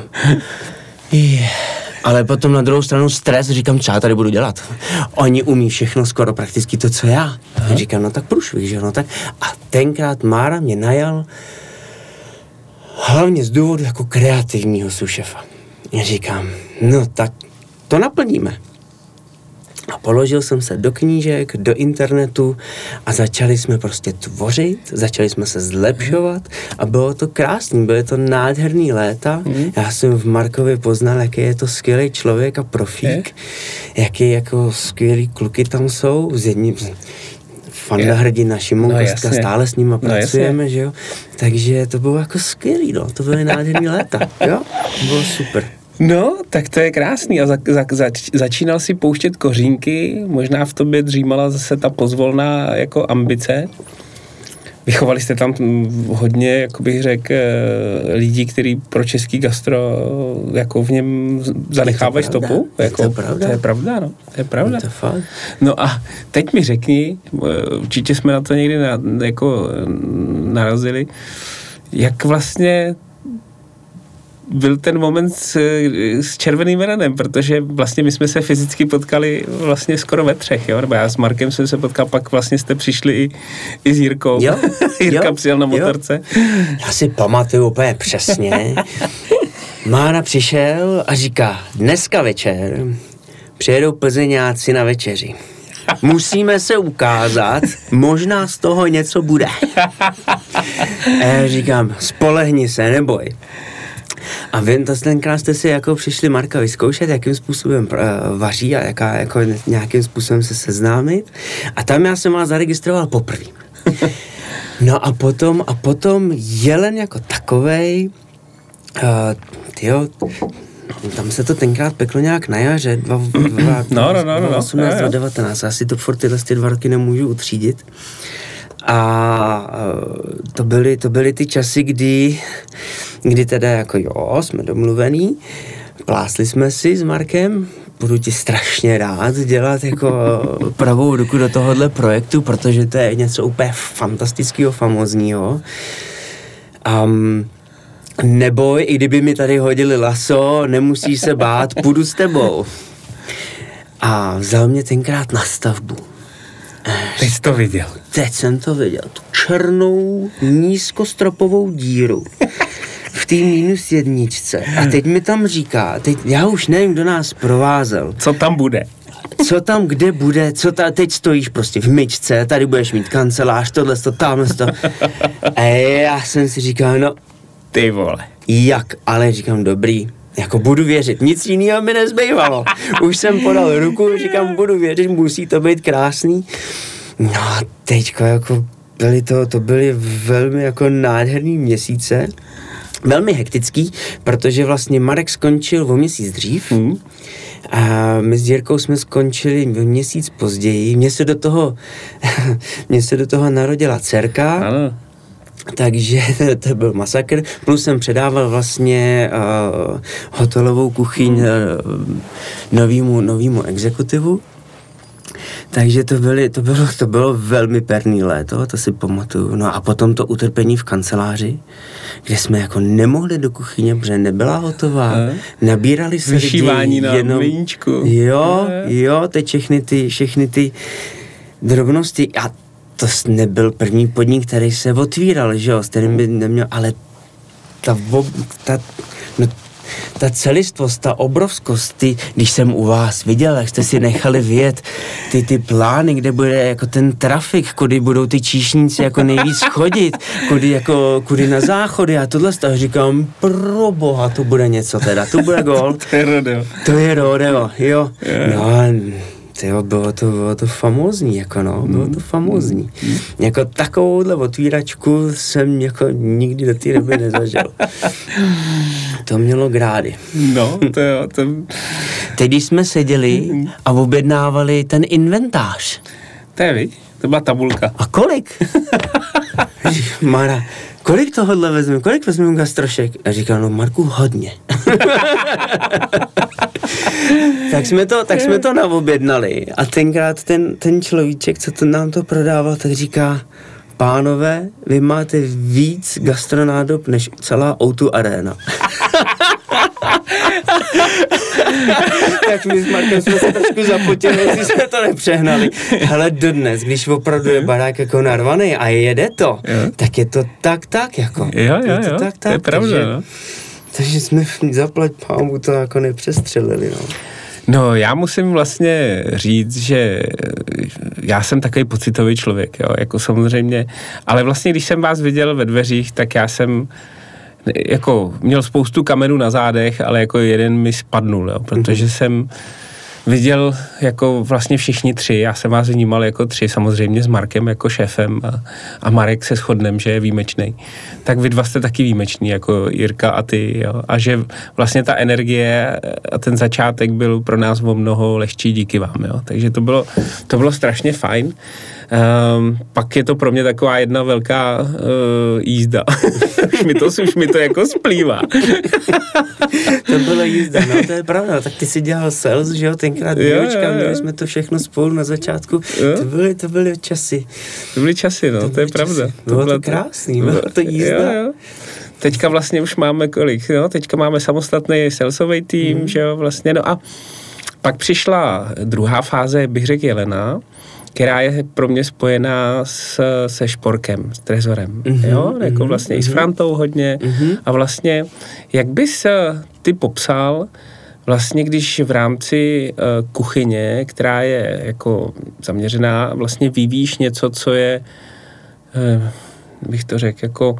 yeah. Ale potom na druhou stranu stres, říkám, co já tady budu dělat. Oni umí všechno skoro prakticky to, co já. Aha. Říkám, no tak průšvih, že no tak. A tenkrát Mára mě najal hlavně z důvodu jako kreativního sušefa. Já říkám, no tak to naplníme. A položil jsem se do knížek, do internetu a začali jsme prostě tvořit, začali jsme se zlepšovat a bylo to krásný, byly to nádherný léta. Mm. Já jsem v Markovi poznal, jaký je to skvělý člověk a profík, je? jaký jako skvělý kluky tam jsou, s jedním Fanda Hrdina, Šimon no, Kostka, stále s nima pracujeme, no, že jo. Takže to bylo jako skvělý, no, to byly nádherný léta, jo, to bylo super. No, tak to je krásný a za, za, zač, začínal si pouštět kořínky, možná v tobě dřímala zase ta pozvolná jako ambice. Vychovali jste tam hodně, jako bych řekl, lidí, kteří pro český gastro jako v něm zanechávají stopu. Jako, je to pravda. To je pravda, no. To je pravda. Je to fakt. No a teď mi řekni, určitě jsme na to někdy na, jako narazili, jak vlastně byl ten moment s, s Červeným Veranem, protože vlastně my jsme se fyzicky potkali vlastně skoro ve třech, jo? Nebo já s Markem jsem se potkal, pak vlastně jste přišli i, i s Jirkou. Jo, Jirka jo, přijel na motorce. Jo. Já si pamatuju úplně přesně. Mára přišel a říká, dneska večer přijedou Plzeňáci na večeři. Musíme se ukázat, možná z toho něco bude. A já říkám, spolehni se, neboj. A vy to tenkrát jste si jako přišli Marka vyzkoušet, jakým způsobem uh, vaří a jaká, jako nějakým způsobem se seznámit. A tam já jsem vás zaregistroval poprvé. No a potom, a potom Jelen jako takovej, uh, tyjo, tam se to tenkrát peklo nějak na jaře, dva, dva, no, no, no, no, osmnáct, no, devatenáct, asi to furt tyhle ty dva roky nemůžu utřídit. A to byly, to byly ty časy, kdy, kdy teda jako jo, jsme domluvený, plásli jsme si s Markem, budu ti strašně rád dělat jako pravou ruku do tohohle projektu, protože to je něco úplně fantastického, famózního. Um, neboj, i kdyby mi tady hodili laso, nemusíš se bát, půjdu s tebou. A vzal mě tenkrát na stavbu. Teď jsi to viděl. Teď jsem to viděl. Tu černou nízkostropovou díru v té minus jedničce. A teď mi tam říká, teď já už nevím, kdo nás provázel. Co tam bude? Co tam kde bude, co ta, teď stojíš prostě v myčce, tady budeš mít kancelář, tohle, to, tamhle, to. A já jsem si říkal, no, ty vole. Jak, ale říkám, dobrý. Jako budu věřit, nic jiného mi nezbývalo. Už jsem podal ruku, říkám, budu věřit, musí to být krásný. No a teďko jako byly to, to byly velmi jako nádherný měsíce, velmi hektický, protože vlastně Marek skončil o měsíc dřív hmm. a my s Jirkou jsme skončili o měsíc později. Mně se do toho, mně se do toho narodila dcerka. Ano. Takže to, to byl masakr. Plus jsem předával vlastně uh, hotelovou kuchyň uh, novýmu, novýmu exekutivu. Takže to, byly, to, bylo, to bylo velmi perný léto, to si pamatuju. No a potom to utrpení v kanceláři, kde jsme jako nemohli do kuchyně, protože nebyla hotová. A? Nabírali se vyšívání lidi na jenom... mlýnčku. Jo, jo, teď všechny ty, všechny ty drobnosti. A to nebyl první podnik, který se otvíral, že jo, s kterým by neměl, ale ta, ta, no, ta celistvost, ta obrovskost, ty, když jsem u vás viděl, jak jste si nechali vyjet ty, ty plány, kde bude jako ten trafik, kudy budou ty číšníci jako nejvíc chodit, kudy, jako, kudy na záchody a tohle a říkám, pro boha, to bude něco teda, to bude gol. To je rodeo. To je rodeo, jo. Yeah. No, tyjo, bylo to, bylo to famózní, jako no, bylo to famózní. Mm. Jako takovouhle otvíračku jsem jako nikdy do té doby nezažil. To mělo grády. No, to jo, to... Teď, když jsme seděli a objednávali ten inventář. To je, viď? To byla tabulka. A kolik? Mara, kolik tohohle vezmeme? Kolik vezmeme gastrošek? A říkal, no Marku, hodně. tak jsme to, tak jsme to naobjednali. A tenkrát ten, ten človíček, co to nám to prodával, tak říká, pánové, vy máte víc gastronádob než celá ó dva Arena. Tak my s Markem jsme se trošku zapotili, jestli jsme to nepřehnali. Ale dodnes, když opravdu je barák jako narvaný a jede to, jo. tak je to tak, tak jako. Jo, jo, je to jo, tak, tak, to je pravda, takže, no. Takže jsme zaplať pámu to jako nepřestřelili, no. No, já musím vlastně říct, že já jsem takový pocitový člověk, jo, jako samozřejmě, ale vlastně, když jsem vás viděl ve dveřích, tak já jsem jako měl spoustu kamenů na zádech, ale jako jeden mi spadnul, jo, protože mm-hmm. jsem viděl jako vlastně všichni tři, já jsem vás vnímal jako tři, samozřejmě s Markem jako šéfem a, a Marek se shodnem, že je výjimečný. Tak vy dva jste taky výjimeční, jako Jirka a ty, jo, a že vlastně ta energie a ten začátek byl pro nás o mnoho lehčí díky vám, jo, takže to bylo, to bylo strašně fajn. Um, pak je to pro mě taková jedna velká uh, jízda. už, mi to, už mi to jako splývá. To byla jízda, no to je pravda. Tak ty si dělal sales, že jo, tenkrát výročka, měli jsme to všechno spolu na začátku. To byly, to byly časy. To byly časy, no, to, to je časy. Pravda. Bylo to, bylo to krásný, bylo to jízda. Jo, jo. Teďka vlastně už máme kolik, no, teďka máme samostatný salesový tým, mm. že jo, vlastně, no a pak přišla druhá fáze, bych řekl Jelena, která je pro mě spojená s, se Šporkem, s Trezorem, mm-hmm, jo, jako vlastně mm-hmm. i s Frantou hodně mm-hmm. a vlastně, jak bys ty popsal vlastně, když v rámci uh, kuchyně, která je jako zaměřená, vlastně vyvíjíš něco, co je, uh, bych to řekl, jako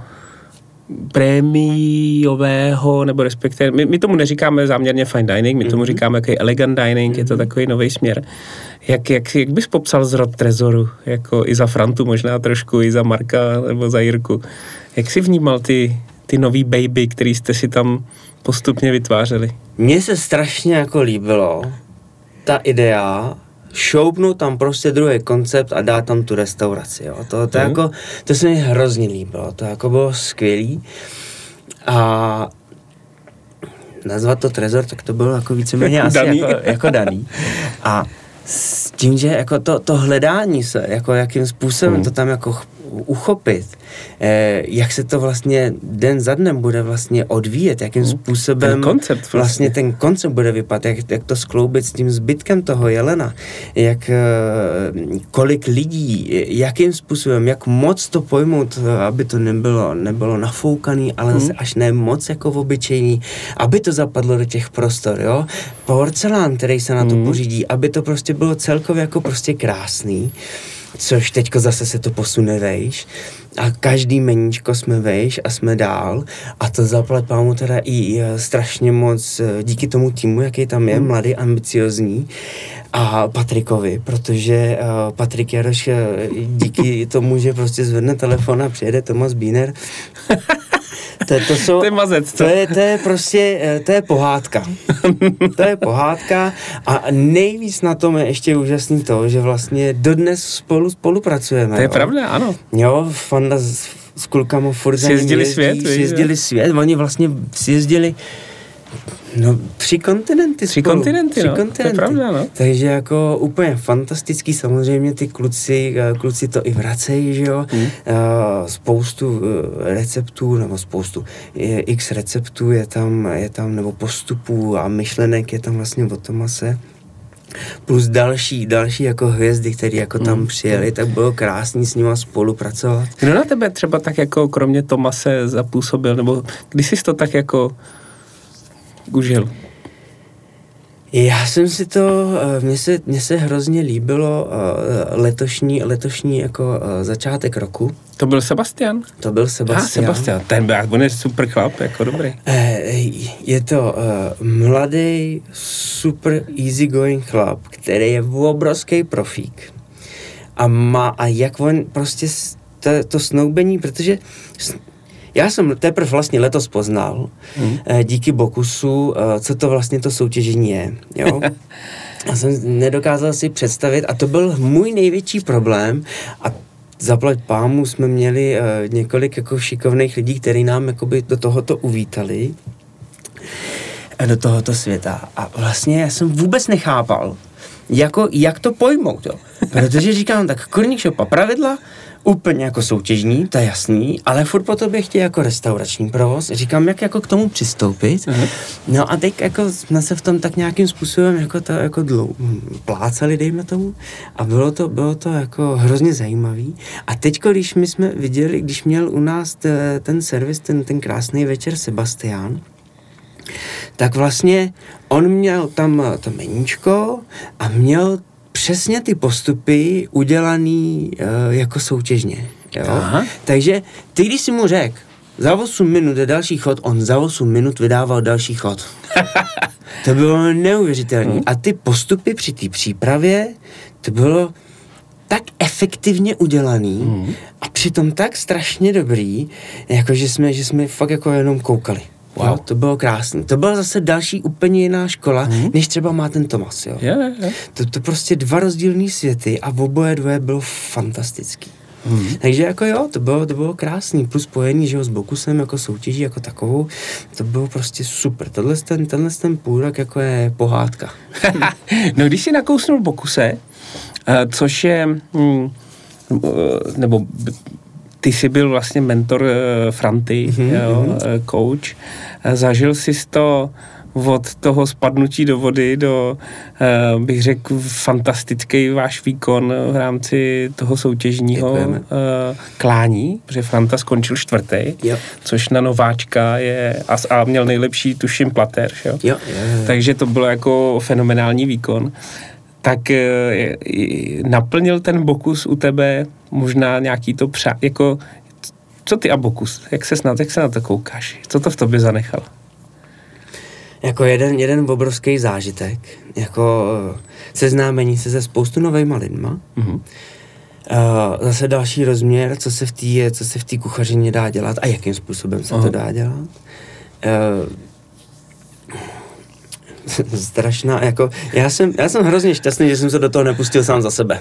prémiového, nebo respektive, my, my tomu neříkáme záměrně fine dining, my tomu říkáme jaký elegant dining, je to takový nový směr. Jak, jak, jak bys popsal zrod Trezoru, jako i za Frantu možná trošku, i za Marka nebo za Jirku? Jak jsi vnímal ty, ty nový baby, který jste si tam postupně vytvářeli? Mně se strašně jako líbilo ta idea, šoupnout tam prostě druhý koncept a dát tam tu restauraci, jo. To, to, mm. jako, to se mi hrozně líbilo, to jako bylo skvělý. A nazvat to Trezor, tak to bylo jako víceméně asi jako, jako daný. A s tím, že jako to, to hledání se, jako jakým způsobem mm. to tam jako uchopit, eh, jak se to vlastně den za dnem bude vlastně odvíjet, jakým způsobem ten koncept vlastně. vlastně ten koncept bude vypadat, jak, jak to skloubit s tím zbytkem toho Jelena, jak eh, kolik lidí, jakým způsobem, jak moc to pojmout, aby to nebylo, nebylo nafoukaný, ale zase až ne moc jako obyčejný, aby to zapadlo do těch prostor, jo. Porcelán, který se na to mm. pořídí, aby to prostě bylo celkově jako prostě krásný, což teďko zase se to posune vejš a každý meníčko jsme vejš a jsme dál a to zaplať pámu teda i strašně moc díky tomu týmu, jaký tam je, mladý, ambiciozní a Patrikovi, protože uh, Patrik Jaroš díky tomu, že prostě zvedne telefon a přijede Tomas Bíner. To, to, jsou, to je mazec, to je, to je prostě, to je pohádka. To je pohádka a nejvíc na tom je ještě úžasný to, že vlastně dodnes spolu spolupracujeme. To je jo. pravda, ano. Jo, Fanda s, s klukama furt sjezdili svět, sjezdili svět, oni vlastně sjezdili No, tři kontinenty Tři spolu. kontinenty, tři no, kontinenty. to je pravda, no. Takže jako úplně fantastický, samozřejmě ty kluci, kluci to i vracejí, že jo, hmm. spoustu receptů, nebo spoustu, je, x receptů je tam, je tam, nebo postupů a myšlenek je tam vlastně od Thomase. Plus další, další jako hvězdy, které jako tam hmm. přijeli, tak bylo krásný s nima spolupracovat. Kdo na tebe třeba tak jako kromě Thomase zapůsobil, nebo když jsi to tak jako užil? Já jsem si to, mně se, mně se hrozně líbilo letošní, letošní jako začátek roku. To byl Sebastian? To byl Sebastian. Ah, Sebastian, ten byl, on je super chlap, jako dobrý. Je to mladý, super easygoing chlap, který je obrovský profík. A má, a jak on prostě to, to snoubení, protože já jsem teprve vlastně letos poznal, hmm. díky Bokusu, co to vlastně to soutěžení je, jo. Já jsem nedokázal si představit a to byl můj největší problém a zaplať pámu jsme měli několik jako šikovných lidí, kteří nám jakoby do tohoto uvítali, do tohoto světa a vlastně já jsem vůbec nechápal, jako, jak to pojmout, jo. Protože říkám, tak Korník šopa pravidla, úplně jako soutěžní, to je jasný, ale furt po tobě chtějí jako restaurační provoz. Říkám, jak jako k tomu přistoupit. Uh-huh. No a teď jako jsme se v tom tak nějakým způsobem jako to jako dlou, plácali, dejme tomu. A bylo to, bylo to jako hrozně zajímavý. A teďko, když my jsme viděli, když měl u nás t, ten servis, ten, ten krásný večer Sebastian, tak vlastně on měl tam to meníčko a měl přesně ty postupy udělaný uh, jako soutěžně. Jo? Takže ty, když si mu řekl, za osm minut je další chod, on za osm minut vydával další chod. To bylo neuvěřitelné. A ty postupy při té přípravě, to bylo tak efektivně udělaný mm. a přitom tak strašně dobrý, jako že jsme, že jsme fakt jako jenom koukali. Wow. Jo, to bylo krásné. To byla zase další úplně jiná škola, hmm. než třeba má ten Thomas, jo. Je, je. To, to prostě dva rozdílný světy a oboje dvoje bylo fantastický. Hmm. Takže jako jo, to bylo, to bylo krásný, plus spojený, že jo, s Bokusem jako soutěží jako takovou, to bylo prostě super. Tenhle ten, tenhle ten půlrok jako je pohádka. No když si nakousnul Bokuse, což je, nebo ty jsi byl vlastně mentor Franty, mm-hmm, jo, mm-hmm. coach. Zažil jsi to od toho spadnutí do vody do, bych řekl, fantastický váš výkon v rámci toho soutěžního Děkujeme. klání, protože Franta skončil čtvrtý, jo. což na nováčka je a, a měl nejlepší, tuším, plater, jo? Jo, jo, jo. Takže to bylo jako fenomenální výkon. Tak je, je, naplnil ten Bokus u tebe možná nějaký to přá... Jako, co ty a Bokus? Jak se snad, jak se na to koukáš? Co to v tobě zanechalo? Jako jeden, jeden obrovský zážitek. Jako seznámení se se spoustu novejma lidma. Mm-hmm. Uh, zase další rozměr, co se v té co se v té kuchařině dá dělat a jakým způsobem se uh-huh. to dá dělat. Uh, strašná, jako, já jsem, já jsem hrozně šťastný, že jsem se do toho nepustil sám za sebe.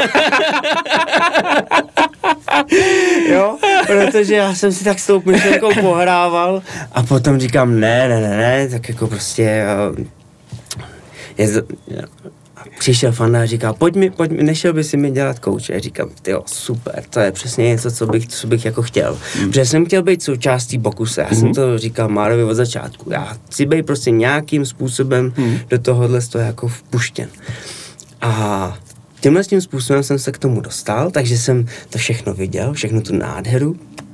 Jo, protože já jsem si tak s tou myšlenkou pohrával a potom říkám, ne, ne, ne, ne, tak jako prostě uh, je, přišel Fanda a říká, pojď mi, pojď mi, nešel by si mi dělat kouče. A říkám, tyjo, super, to je přesně něco, co bych, co bych jako chtěl. Mm. Protože jsem chtěl být součástí Bokuse. Já mm. jsem to říkal Márovi od začátku. Já chci být prostě nějakým způsobem mm. do tohohle toho jako vpuštěn. A tímhle tím způsobem jsem se k tomu dostal, takže jsem to všechno viděl, všechno tu nádheru.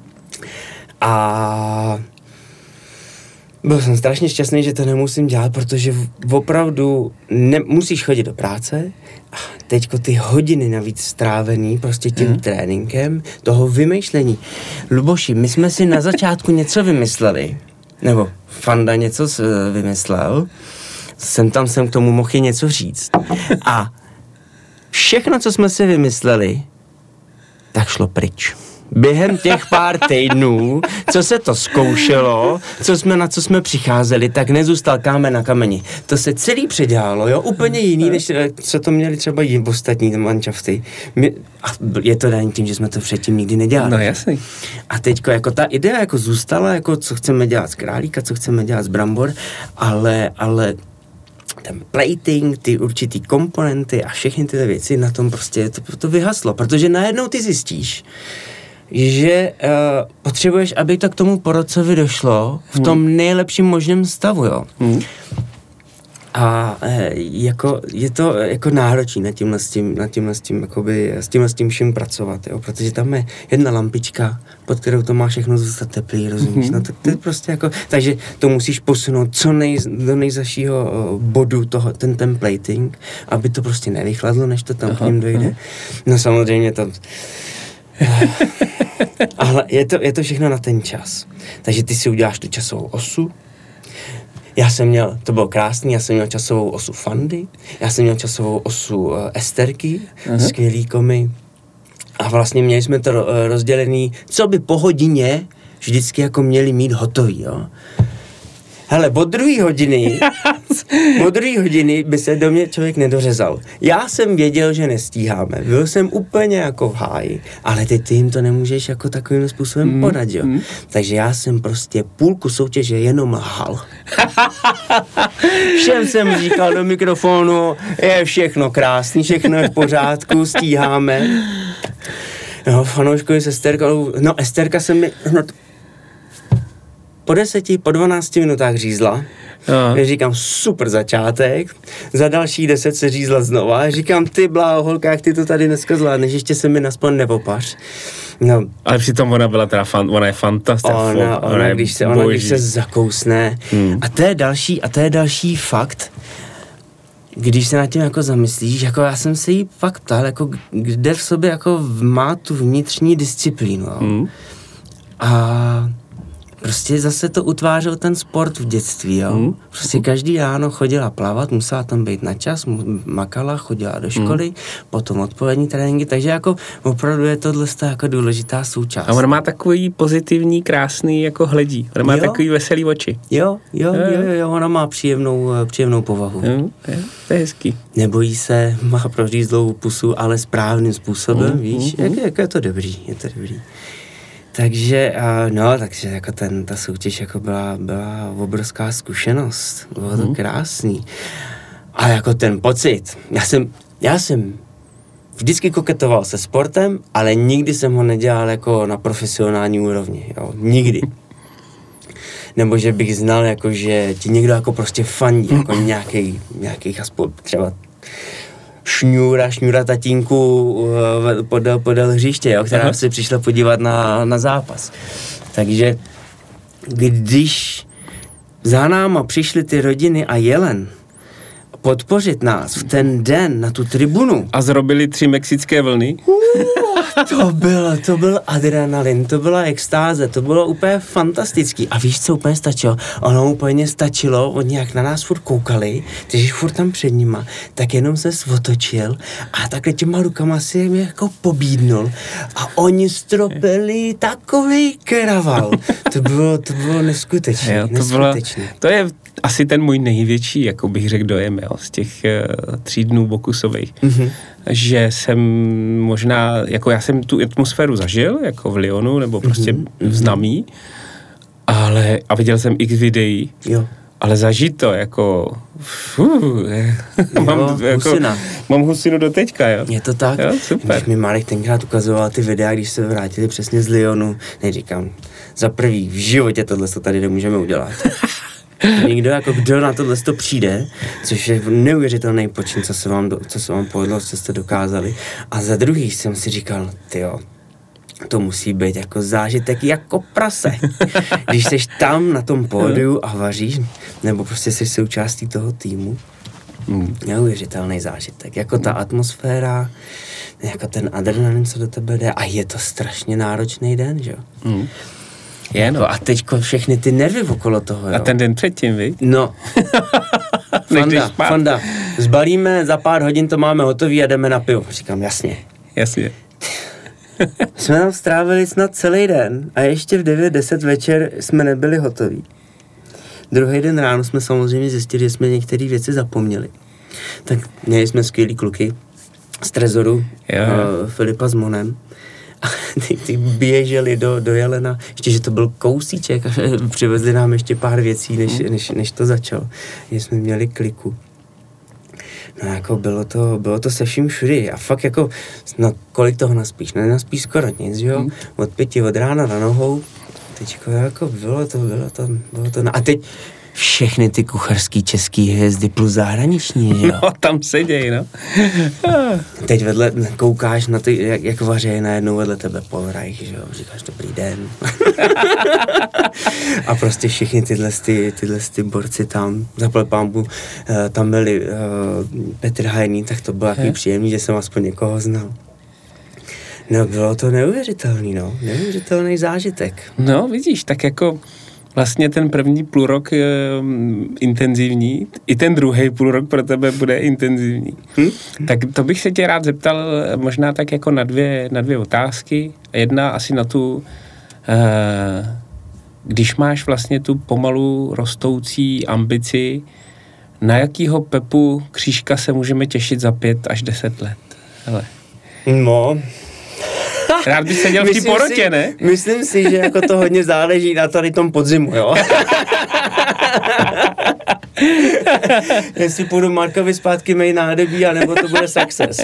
A byl jsem strašně šťastný, že to nemusím dělat, protože opravdu nemusíš chodit do práce a teďko ty hodiny navíc strávený prostě tím hmm. tréninkem, toho vymýšlení. Luboši, my jsme si na začátku něco vymysleli, nebo Fanda něco vymyslel, jsem tam jsem k tomu mohl něco říct. A všechno, co jsme si vymysleli, tak šlo pryč. během těch pár týdnů, co se to zkoušelo, co jsme, na co jsme přicházeli, tak nezůstal kámen na kameni. To se celý předělalo, jo, úplně jiný, než co to měli třeba jiní ostatní manšafty. A je to daný tím, že jsme to předtím nikdy nedělali. No jasný. A teďko jako ta idea jako zůstala, jako co chceme dělat z králíka, co chceme dělat z brambor, ale, ale ten plating, ty určitý komponenty a všechny tyhle věci na tom prostě to, to vyhaslo, protože najednou ty zjistíš, že uh, potřebuješ, aby to k tomu porodcovi došlo v tom nejlepším možném stavu, jo. Hmm. A e, jako, je to jako náročný nad tímhle s tím, nad tímhle s tím, jakoby, s tímhle s tím vším pracovat, jo, protože tam je jedna lampička, pod kterou to má všechno zůstat teplý, rozumíš, mm-hmm. no tak to je prostě jako, takže to musíš posunout co nej, do nejzašího bodu toho, ten, ten plating, aby to prostě nevychladlo, než to tam aha, k ním dojde. Aha. No samozřejmě to... Ale je to, je to všechno na ten čas. Takže ty si uděláš tu časovou osu. Já jsem měl, to bylo krásný, já jsem měl časovou osu Fandy, já jsem měl časovou osu uh, Esterky, uh-huh. skvělý komy. A vlastně měli jsme to uh, rozdělený, co by po hodině vždycky jako měli mít hotový, jo. Hele, od druhé hodiny, od druhé hodiny by se do mě člověk nedořezal. Já jsem věděl, že nestíháme. Byl jsem úplně jako v háji, ale ty, ty jim to nemůžeš jako takovým způsobem mm, podat, jo. Mm. Takže já jsem prostě půlku soutěže jenom lhal. Všem jsem říkal do mikrofonu, je všechno krásný, všechno je v pořádku, stíháme. No, fanouškovi s Esterkou, no Esterka se mi... No, po deseti, po dvanácti minutách řízla. Já říkám, super začátek. Za další deset se řízla znova. Říkám, ty bláho, holka, jak ty to tady dneska zvládneš, ještě se mi naspoň nepopař. No. Ale přitom ona byla teda, fan, ona je fantastická. Ona, ona, ona, když se, ona, když se zakousne. Hmm. A to je další, a to je další fakt, když se nad tím jako zamyslíš, jako já jsem se jí fakt ptal, jako kde v sobě jako má tu vnitřní disciplínu. Hmm. A prostě zase to utvářel ten sport v dětství, jo. Mm. Prostě každý ráno chodila plavat, musela tam být na čas, makala, chodila do školy, mm. potom odpolední tréninky, takže jako opravdu je tohle jako důležitá součást. A ona má takový pozitivní, krásný jako hledí. Ona má jo? takový veselý oči. Jo, jo, jo, jo, jo, ona má příjemnou, příjemnou povahu. Jo, jo, to je hezký. Nebojí se, má prořízlou pusu, ale správným způsobem, mm. víš, mm. Jak, jak je to dobrý, je to dobrý. Takže, no, takže jako ten, ta soutěž jako byla, byla obrovská zkušenost. Bylo to krásný. A jako ten pocit, já jsem, já jsem vždycky koketoval se sportem, ale nikdy jsem ho nedělal jako na profesionální úrovni, jo, nikdy. Nebo že bych znal, jako že ti někdo jako prostě fandí, jako nějaký, nějakých aspoň třeba šňůra, šňůra tatínku podél, podél hřiště, jo, která se přišla podívat na, na zápas. Takže když za náma přišly ty rodiny a Jelen podpořit nás v ten den na tu tribunu. A zrobili tři mexické vlny. Uh, to bylo, to byl adrenalin, to byla extáze, to bylo úplně fantastický. A víš, co úplně stačilo? Ono úplně stačilo, oni jak na nás furt koukali, když furt tam před nima, tak jenom se otočil a takhle těma rukama si je jako pobídnul a oni stropili takový kraval. To bylo, to bylo neskutečné, jo, to neskutečné. Bylo, to je asi ten můj největší, jako bych řekl, dojem, jo, z těch uh, tří dnů bokusových. Mm-hmm. Že jsem možná, jako já jsem tu atmosféru zažil, jako v Lyonu, nebo prostě mm-hmm. v Znamí, ale, a viděl jsem x videí, jo. Ale zažít to, jako, fuh, je, jo, mám, jako husina. Mám husinu do teďka, jo. Je to tak? Jo, super. Když mi Marek tenkrát ukazoval ty videa, když se vrátili přesně z Lyonu, neříkám, za prvý, v životě tohle to tady nemůžeme udělat. Nikdo, jako kdo na tohle to přijde, což je neuvěřitelný počin, co se vám, do, co se vám povedlo, co jste dokázali. A za druhý jsem si říkal, tyjo, to musí být jako zážitek jako prase. Když jsi tam na tom pódiu a vaříš, nebo prostě jsi součástí toho týmu, mm. neuvěřitelný zážitek. Jako ta atmosféra, jako ten adrenalin, co do tebe jde, a je to strašně náročný den, že jo? Mm. Je, no. A teďko všechny ty nervy okolo toho, jo. A ten den předtím, víš? No. Fanda, Fanda, zbalíme, za pár hodin to máme hotový a jdeme na pivo. Říkám, jasně. Jasně. jsme tam strávili snad celý den a ještě v devět deset večer jsme nebyli hotoví. Druhý den ráno jsme samozřejmě zjistili, že jsme některé věci zapomněli. Tak měli jsme skvělý kluky z Trezoru, uh, Filipa s Monem. A ty, ty běželi do, do Jelena, ještě, že to byl kousíček a přivezli nám ještě pár věcí, než, než, než to začalo. Že jsme měli kliku. No jako bylo to, bylo to se vším všudy a fakt jako, no kolik toho naspíš? Ne, naspíš skoro nic, jo? Hmm. Od pěti od rána na nohou. Teďko jako bylo to, bylo to, bylo to, no a teď všechny ty kuchařský český hvězdy plus zahraniční, jo? No, tam seděj, no. Teď vedle koukáš na ty, jak, jak vařeje najednou vedle tebe Paul Reich, že jo? Říkáš dobrý den. A prostě všichni tyhle, ty, tyhle ty borci tam, zaplať pánbu, tam byli uh, Petr Hajný, tak to bylo takový příjemný, že jsem aspoň někoho znal. No, bylo to neuvěřitelný, no. Neuvěřitelný zážitek. No, vidíš, tak jako vlastně ten první půlrok je intenzivní, i ten druhý půlrok pro tebe bude intenzivní. Hm? Tak to bych se tě rád zeptal možná tak jako na dvě, na dvě otázky. Jedna asi na tu, eh, když máš vlastně tu pomalu rostoucí ambici, na jakýho Pepu Křížka se můžeme těšit za pět až deset let? Hele. No... Rád bych seděl v té porotě, si, ne? Myslím si, že jako to hodně záleží na tady tom podzimu, jo? Jestli půjdu Markovi zpátky mej nádobí, anebo to bude success.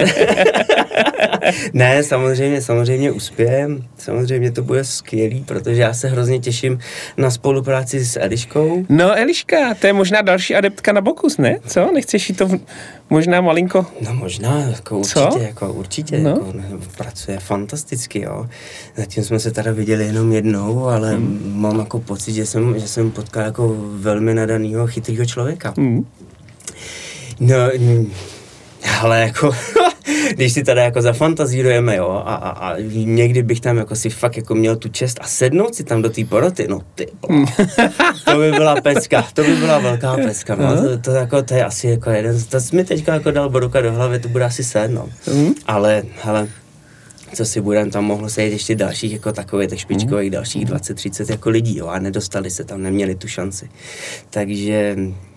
Ne, samozřejmě, samozřejmě uspějem. Samozřejmě to bude skvělý, protože já se hrozně těším na spolupráci s Eliškou. No Eliška, to je možná další adeptka na Bokus, ne? Co? Nechceš jí to v... možná malinko? No možná, jako určitě, jako určitě. No? Jako, ne, pracuje fantasticky, jo. Zatím jsme se teda viděli jenom jednou, ale mm. mám jako pocit, že jsem, že jsem potkal jako velmi nadanýho, chytrýho člověka. Mm. No, ale jako... Když si tady jako zafantazírujeme, jo, a, a, a někdy bych tam jako si fakt jako měl tu čest a sednout si tam do té poroty, no ty, to by byla pecka, to by byla velká pecka, no, to, to, jako, to je asi jako jeden, to jsi mi teďka jako dal boruka do hlavy, to bude asi sen, no, mm. ale, hele, co si budem, tam mohlo sejít ještě dalších jako takových, tak špičkových mm. dalších dvacet třicet jako lidí, jo, a nedostali se tam, neměli tu šanci, takže...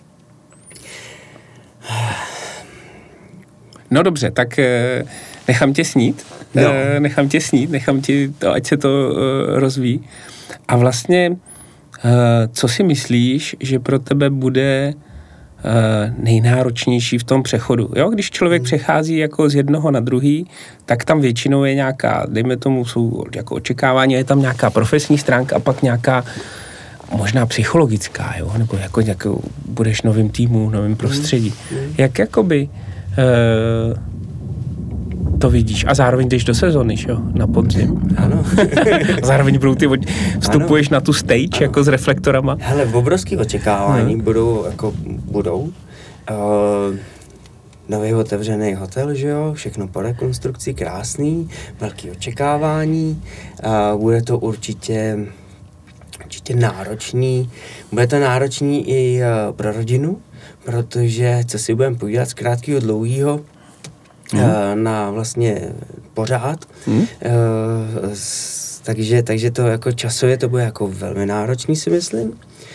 No dobře, tak e, nechám tě snít, no. e, nechám tě snít, nechám ti to, ať se to e, rozvíjí. A vlastně, e, co si myslíš, že pro tebe bude e, nejnáročnější v tom přechodu? Jo, když člověk hmm. přechází jako z jednoho na druhý, tak tam většinou je nějaká, dejme tomu, jsou jako očekávání, je tam nějaká profesní stránka a pak nějaká možná psychologická, jo, nebo jako, jako budeš novým týmu, novým prostředí. Hmm. Jak jakoby Uh, to vidíš. A zároveň jdeš do sezony, jo? Na podzim. Ano. Zároveň budou ty, vstupuješ ano. na tu stage, ano. jako s reflektorama. Hele, obrovský očekávání ano. budou, jako budou. Uh, nový otevřený hotel, že jo? Všechno po rekonstrukci, krásný, velký očekávání. Uh, bude to určitě určitě náročný. Bude to náročný i uh, pro rodinu, protože, co si budeme povídat z krátkého dlouhého mm. uh, na vlastně pořád, mm. uh, s, takže, takže to jako časově to bude jako velmi náročný, si myslím.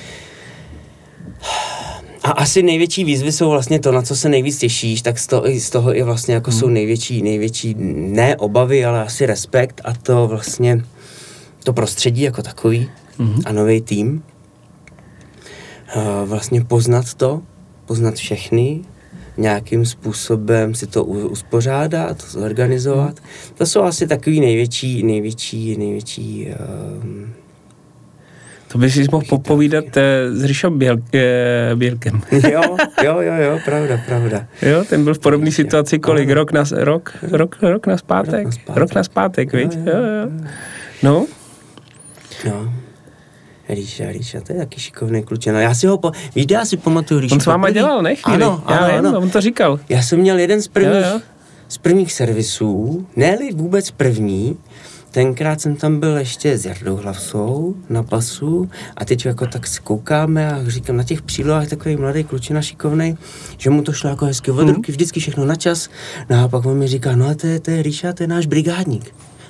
A asi největší výzvy jsou vlastně to, na co se nejvíc těšíš, tak z toho, z toho i vlastně jako mm. jsou největší, největší, ne obavy, ale asi respekt a to vlastně to prostředí jako takový mm. a nový tým. Uh, vlastně poznat to, poznat všechny, nějakým způsobem si to uspořádat, zorganizovat. To jsou asi takový největší, největší, největší... Um, to by si mohl popovídat s Ryšou Běl, Bělkem. jo, jo, jo, jo, pravda, pravda. Jo, ten byl v podobné situaci kolik? Jo, rok na, rok, rok, rok na zpátek? Rok na zpátek, rok na zpátek, viď? Jo, jo, jo. No? No. Ríša, Ríša, to je taky šikovný kluče. No já si ho, po, víš, já si pamatuju, když... On s váma dělal, ne? Chvíli. Ano, já ano, vím, ano. On to říkal. Já jsem měl jeden z prvních, jo, jo. z prvních servisů, ne-li vůbec první, tenkrát jsem tam byl ještě s Jardou Hlavsou na pasu a teď jako tak koukáme a říkám na těch přílohách takový mladý klučina šikovnej, že mu to šlo jako hezky od ruky, vždycky všechno na čas. No a pak on mi říká, no a to je, to je Ríša, to je náš brigádník.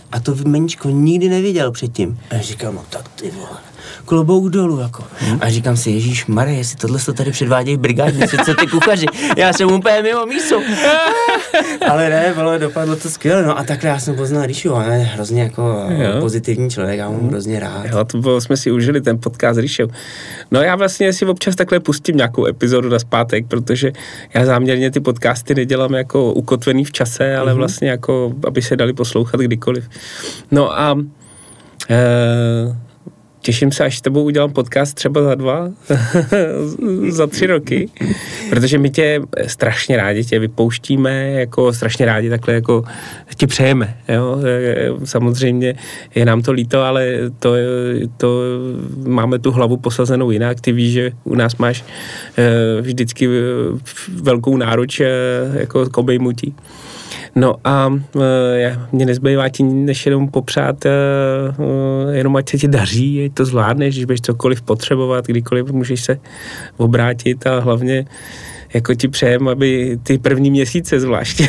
a to meníčko nikdy neviděl předtím. A já říkám, no tak ty vole, klobouk dolů, jako. Hmm. A říkám si, Ježíš Marie, jestli tohle to tady předvádějí brigádníci, co ty kuchaři, já jsem úplně mimo mísu. Ale ne, bylo, dopadlo to skvěle, no a takhle já jsem poznal Ríšu, on je hrozně jako jo. pozitivní člověk, já mám hrozně rád. Jo, to bylo, jsme si užili ten podcast s Ríšou. No já vlastně si občas takhle pustím nějakou epizodu na zpátek, protože já záměrně ty podcasty nedělám jako ukotvený v čase, ale mm-hmm. vlastně jako, aby se dali poslouchat kdykoliv. No a e, těším se, až s tebou udělám podcast třeba za dva, za tři roky, protože my tě strašně rádi tě vypouštíme, jako strašně rádi takhle jako ti přejeme, jo. Samozřejmě je nám to líto, ale to, to máme tu hlavu posazenou jinak. Ty víš, že u nás máš vždycky velkou náruč jako k obejmutí. No a e, mě nezbývá ti než jenom popřát, e, jenom ať se ti daří, ať to zvládneš, když budeš cokoliv potřebovat, kdykoliv můžeš se obrátit a hlavně jako ti přejem, aby ty první měsíce zvláště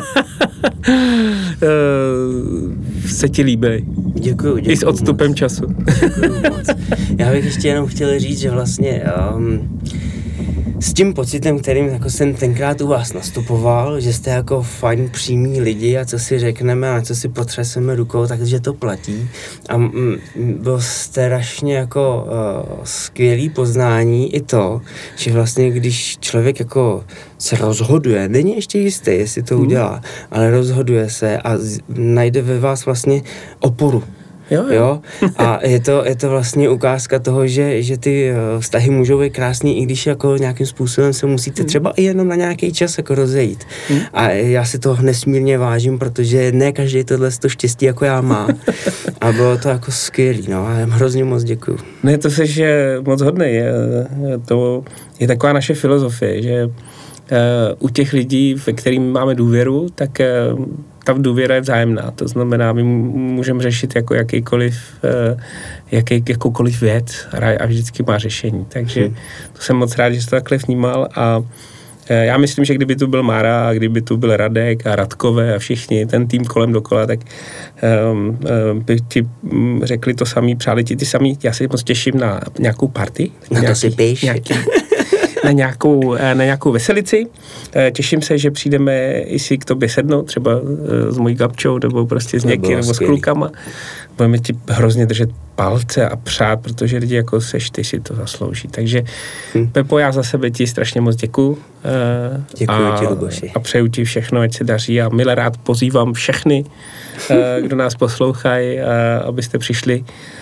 se ti líbily. Děkuju, děkuju. I s odstupem moc. času. Děkuju moc. Já bych ještě jenom chtěl říct, že vlastně um, s tím pocitem, kterým jako jsem tenkrát u vás nastupoval, že jste jako fajn, přímí lidi a co si řekneme a co si potřeseme rukou, takže to platí. A mm, bylo strašně jako uh, skvělý poznání i to, že vlastně když člověk jako se rozhoduje, není ještě jistý, jestli to udělá, ale rozhoduje se a z, najde ve vás vlastně oporu. Jo, jo. jo? A je to, je to vlastně ukázka toho, že, že ty vztahy můžou být krásný, i když jako nějakým způsobem se musíte třeba i jenom na nějaký čas jako rozejít. Hmm. A já si to nesmírně vážím, protože ne každý tohle to štěstí jako já má. A bylo to jako skvělý, no a hrozně moc děkuju. Ne, to seš moc hodnej. Je, to je taková naše filozofie, že u těch lidí, ve kterým máme důvěru, tak ta důvěra je vzájemná. To znamená, my můžeme řešit jako jakýkoliv, jaký, jakoukoliv věc a vždycky má řešení. Takže hmm. to jsem moc rád, že jsi to takhle vnímal a já myslím, že kdyby tu byl Mára a kdyby tu byl Radek a Radkové a všichni, ten tým kolem dokola, tak um, um, by ti řekli to samý, přáli ti ty samý. Já se moc těším na nějakou party. Na to si píš. Nějaký, na nějakou, na nějakou veselici. Těším se, že přijdeme i si k tobě sednout, třeba s mojí Gabčou, nebo prostě s někým, nebo s klukama. Budeme ti hrozně držet palce a přát, protože lidi jako seš, ty si to zaslouží. Takže hm. Pepo, já za sebe ti strašně moc děkuju. Děkuju ti, Luboši. A přeju ti všechno, ať se daří a milé rád pozývám všechny, kdo nás poslouchají, abyste přišli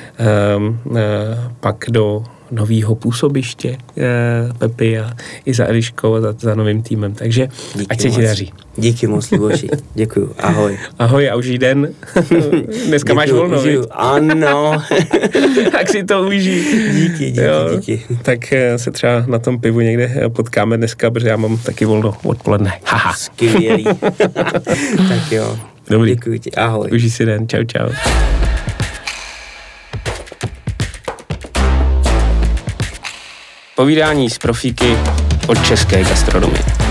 pak do novýho působiště Pepy a i za Eliškou a za, za novým týmem. Takže díky ať se ti daří. Díky moc, Luboši. Děkuju. Ahoj. Ahoj a užij den. Dneska děkuju, máš volno, užiju. Ano. Tak si to užij. Díky, díky, jo, díky. Tak se třeba na tom pivu někde potkáme dneska, protože já mám taky volno odpoledne. Haha. Skvělý. Tak jo. Dobrý. Děkuju ti. Ahoj. Užij si den. Čau, čau. Povídání z profíky od české gastronomie.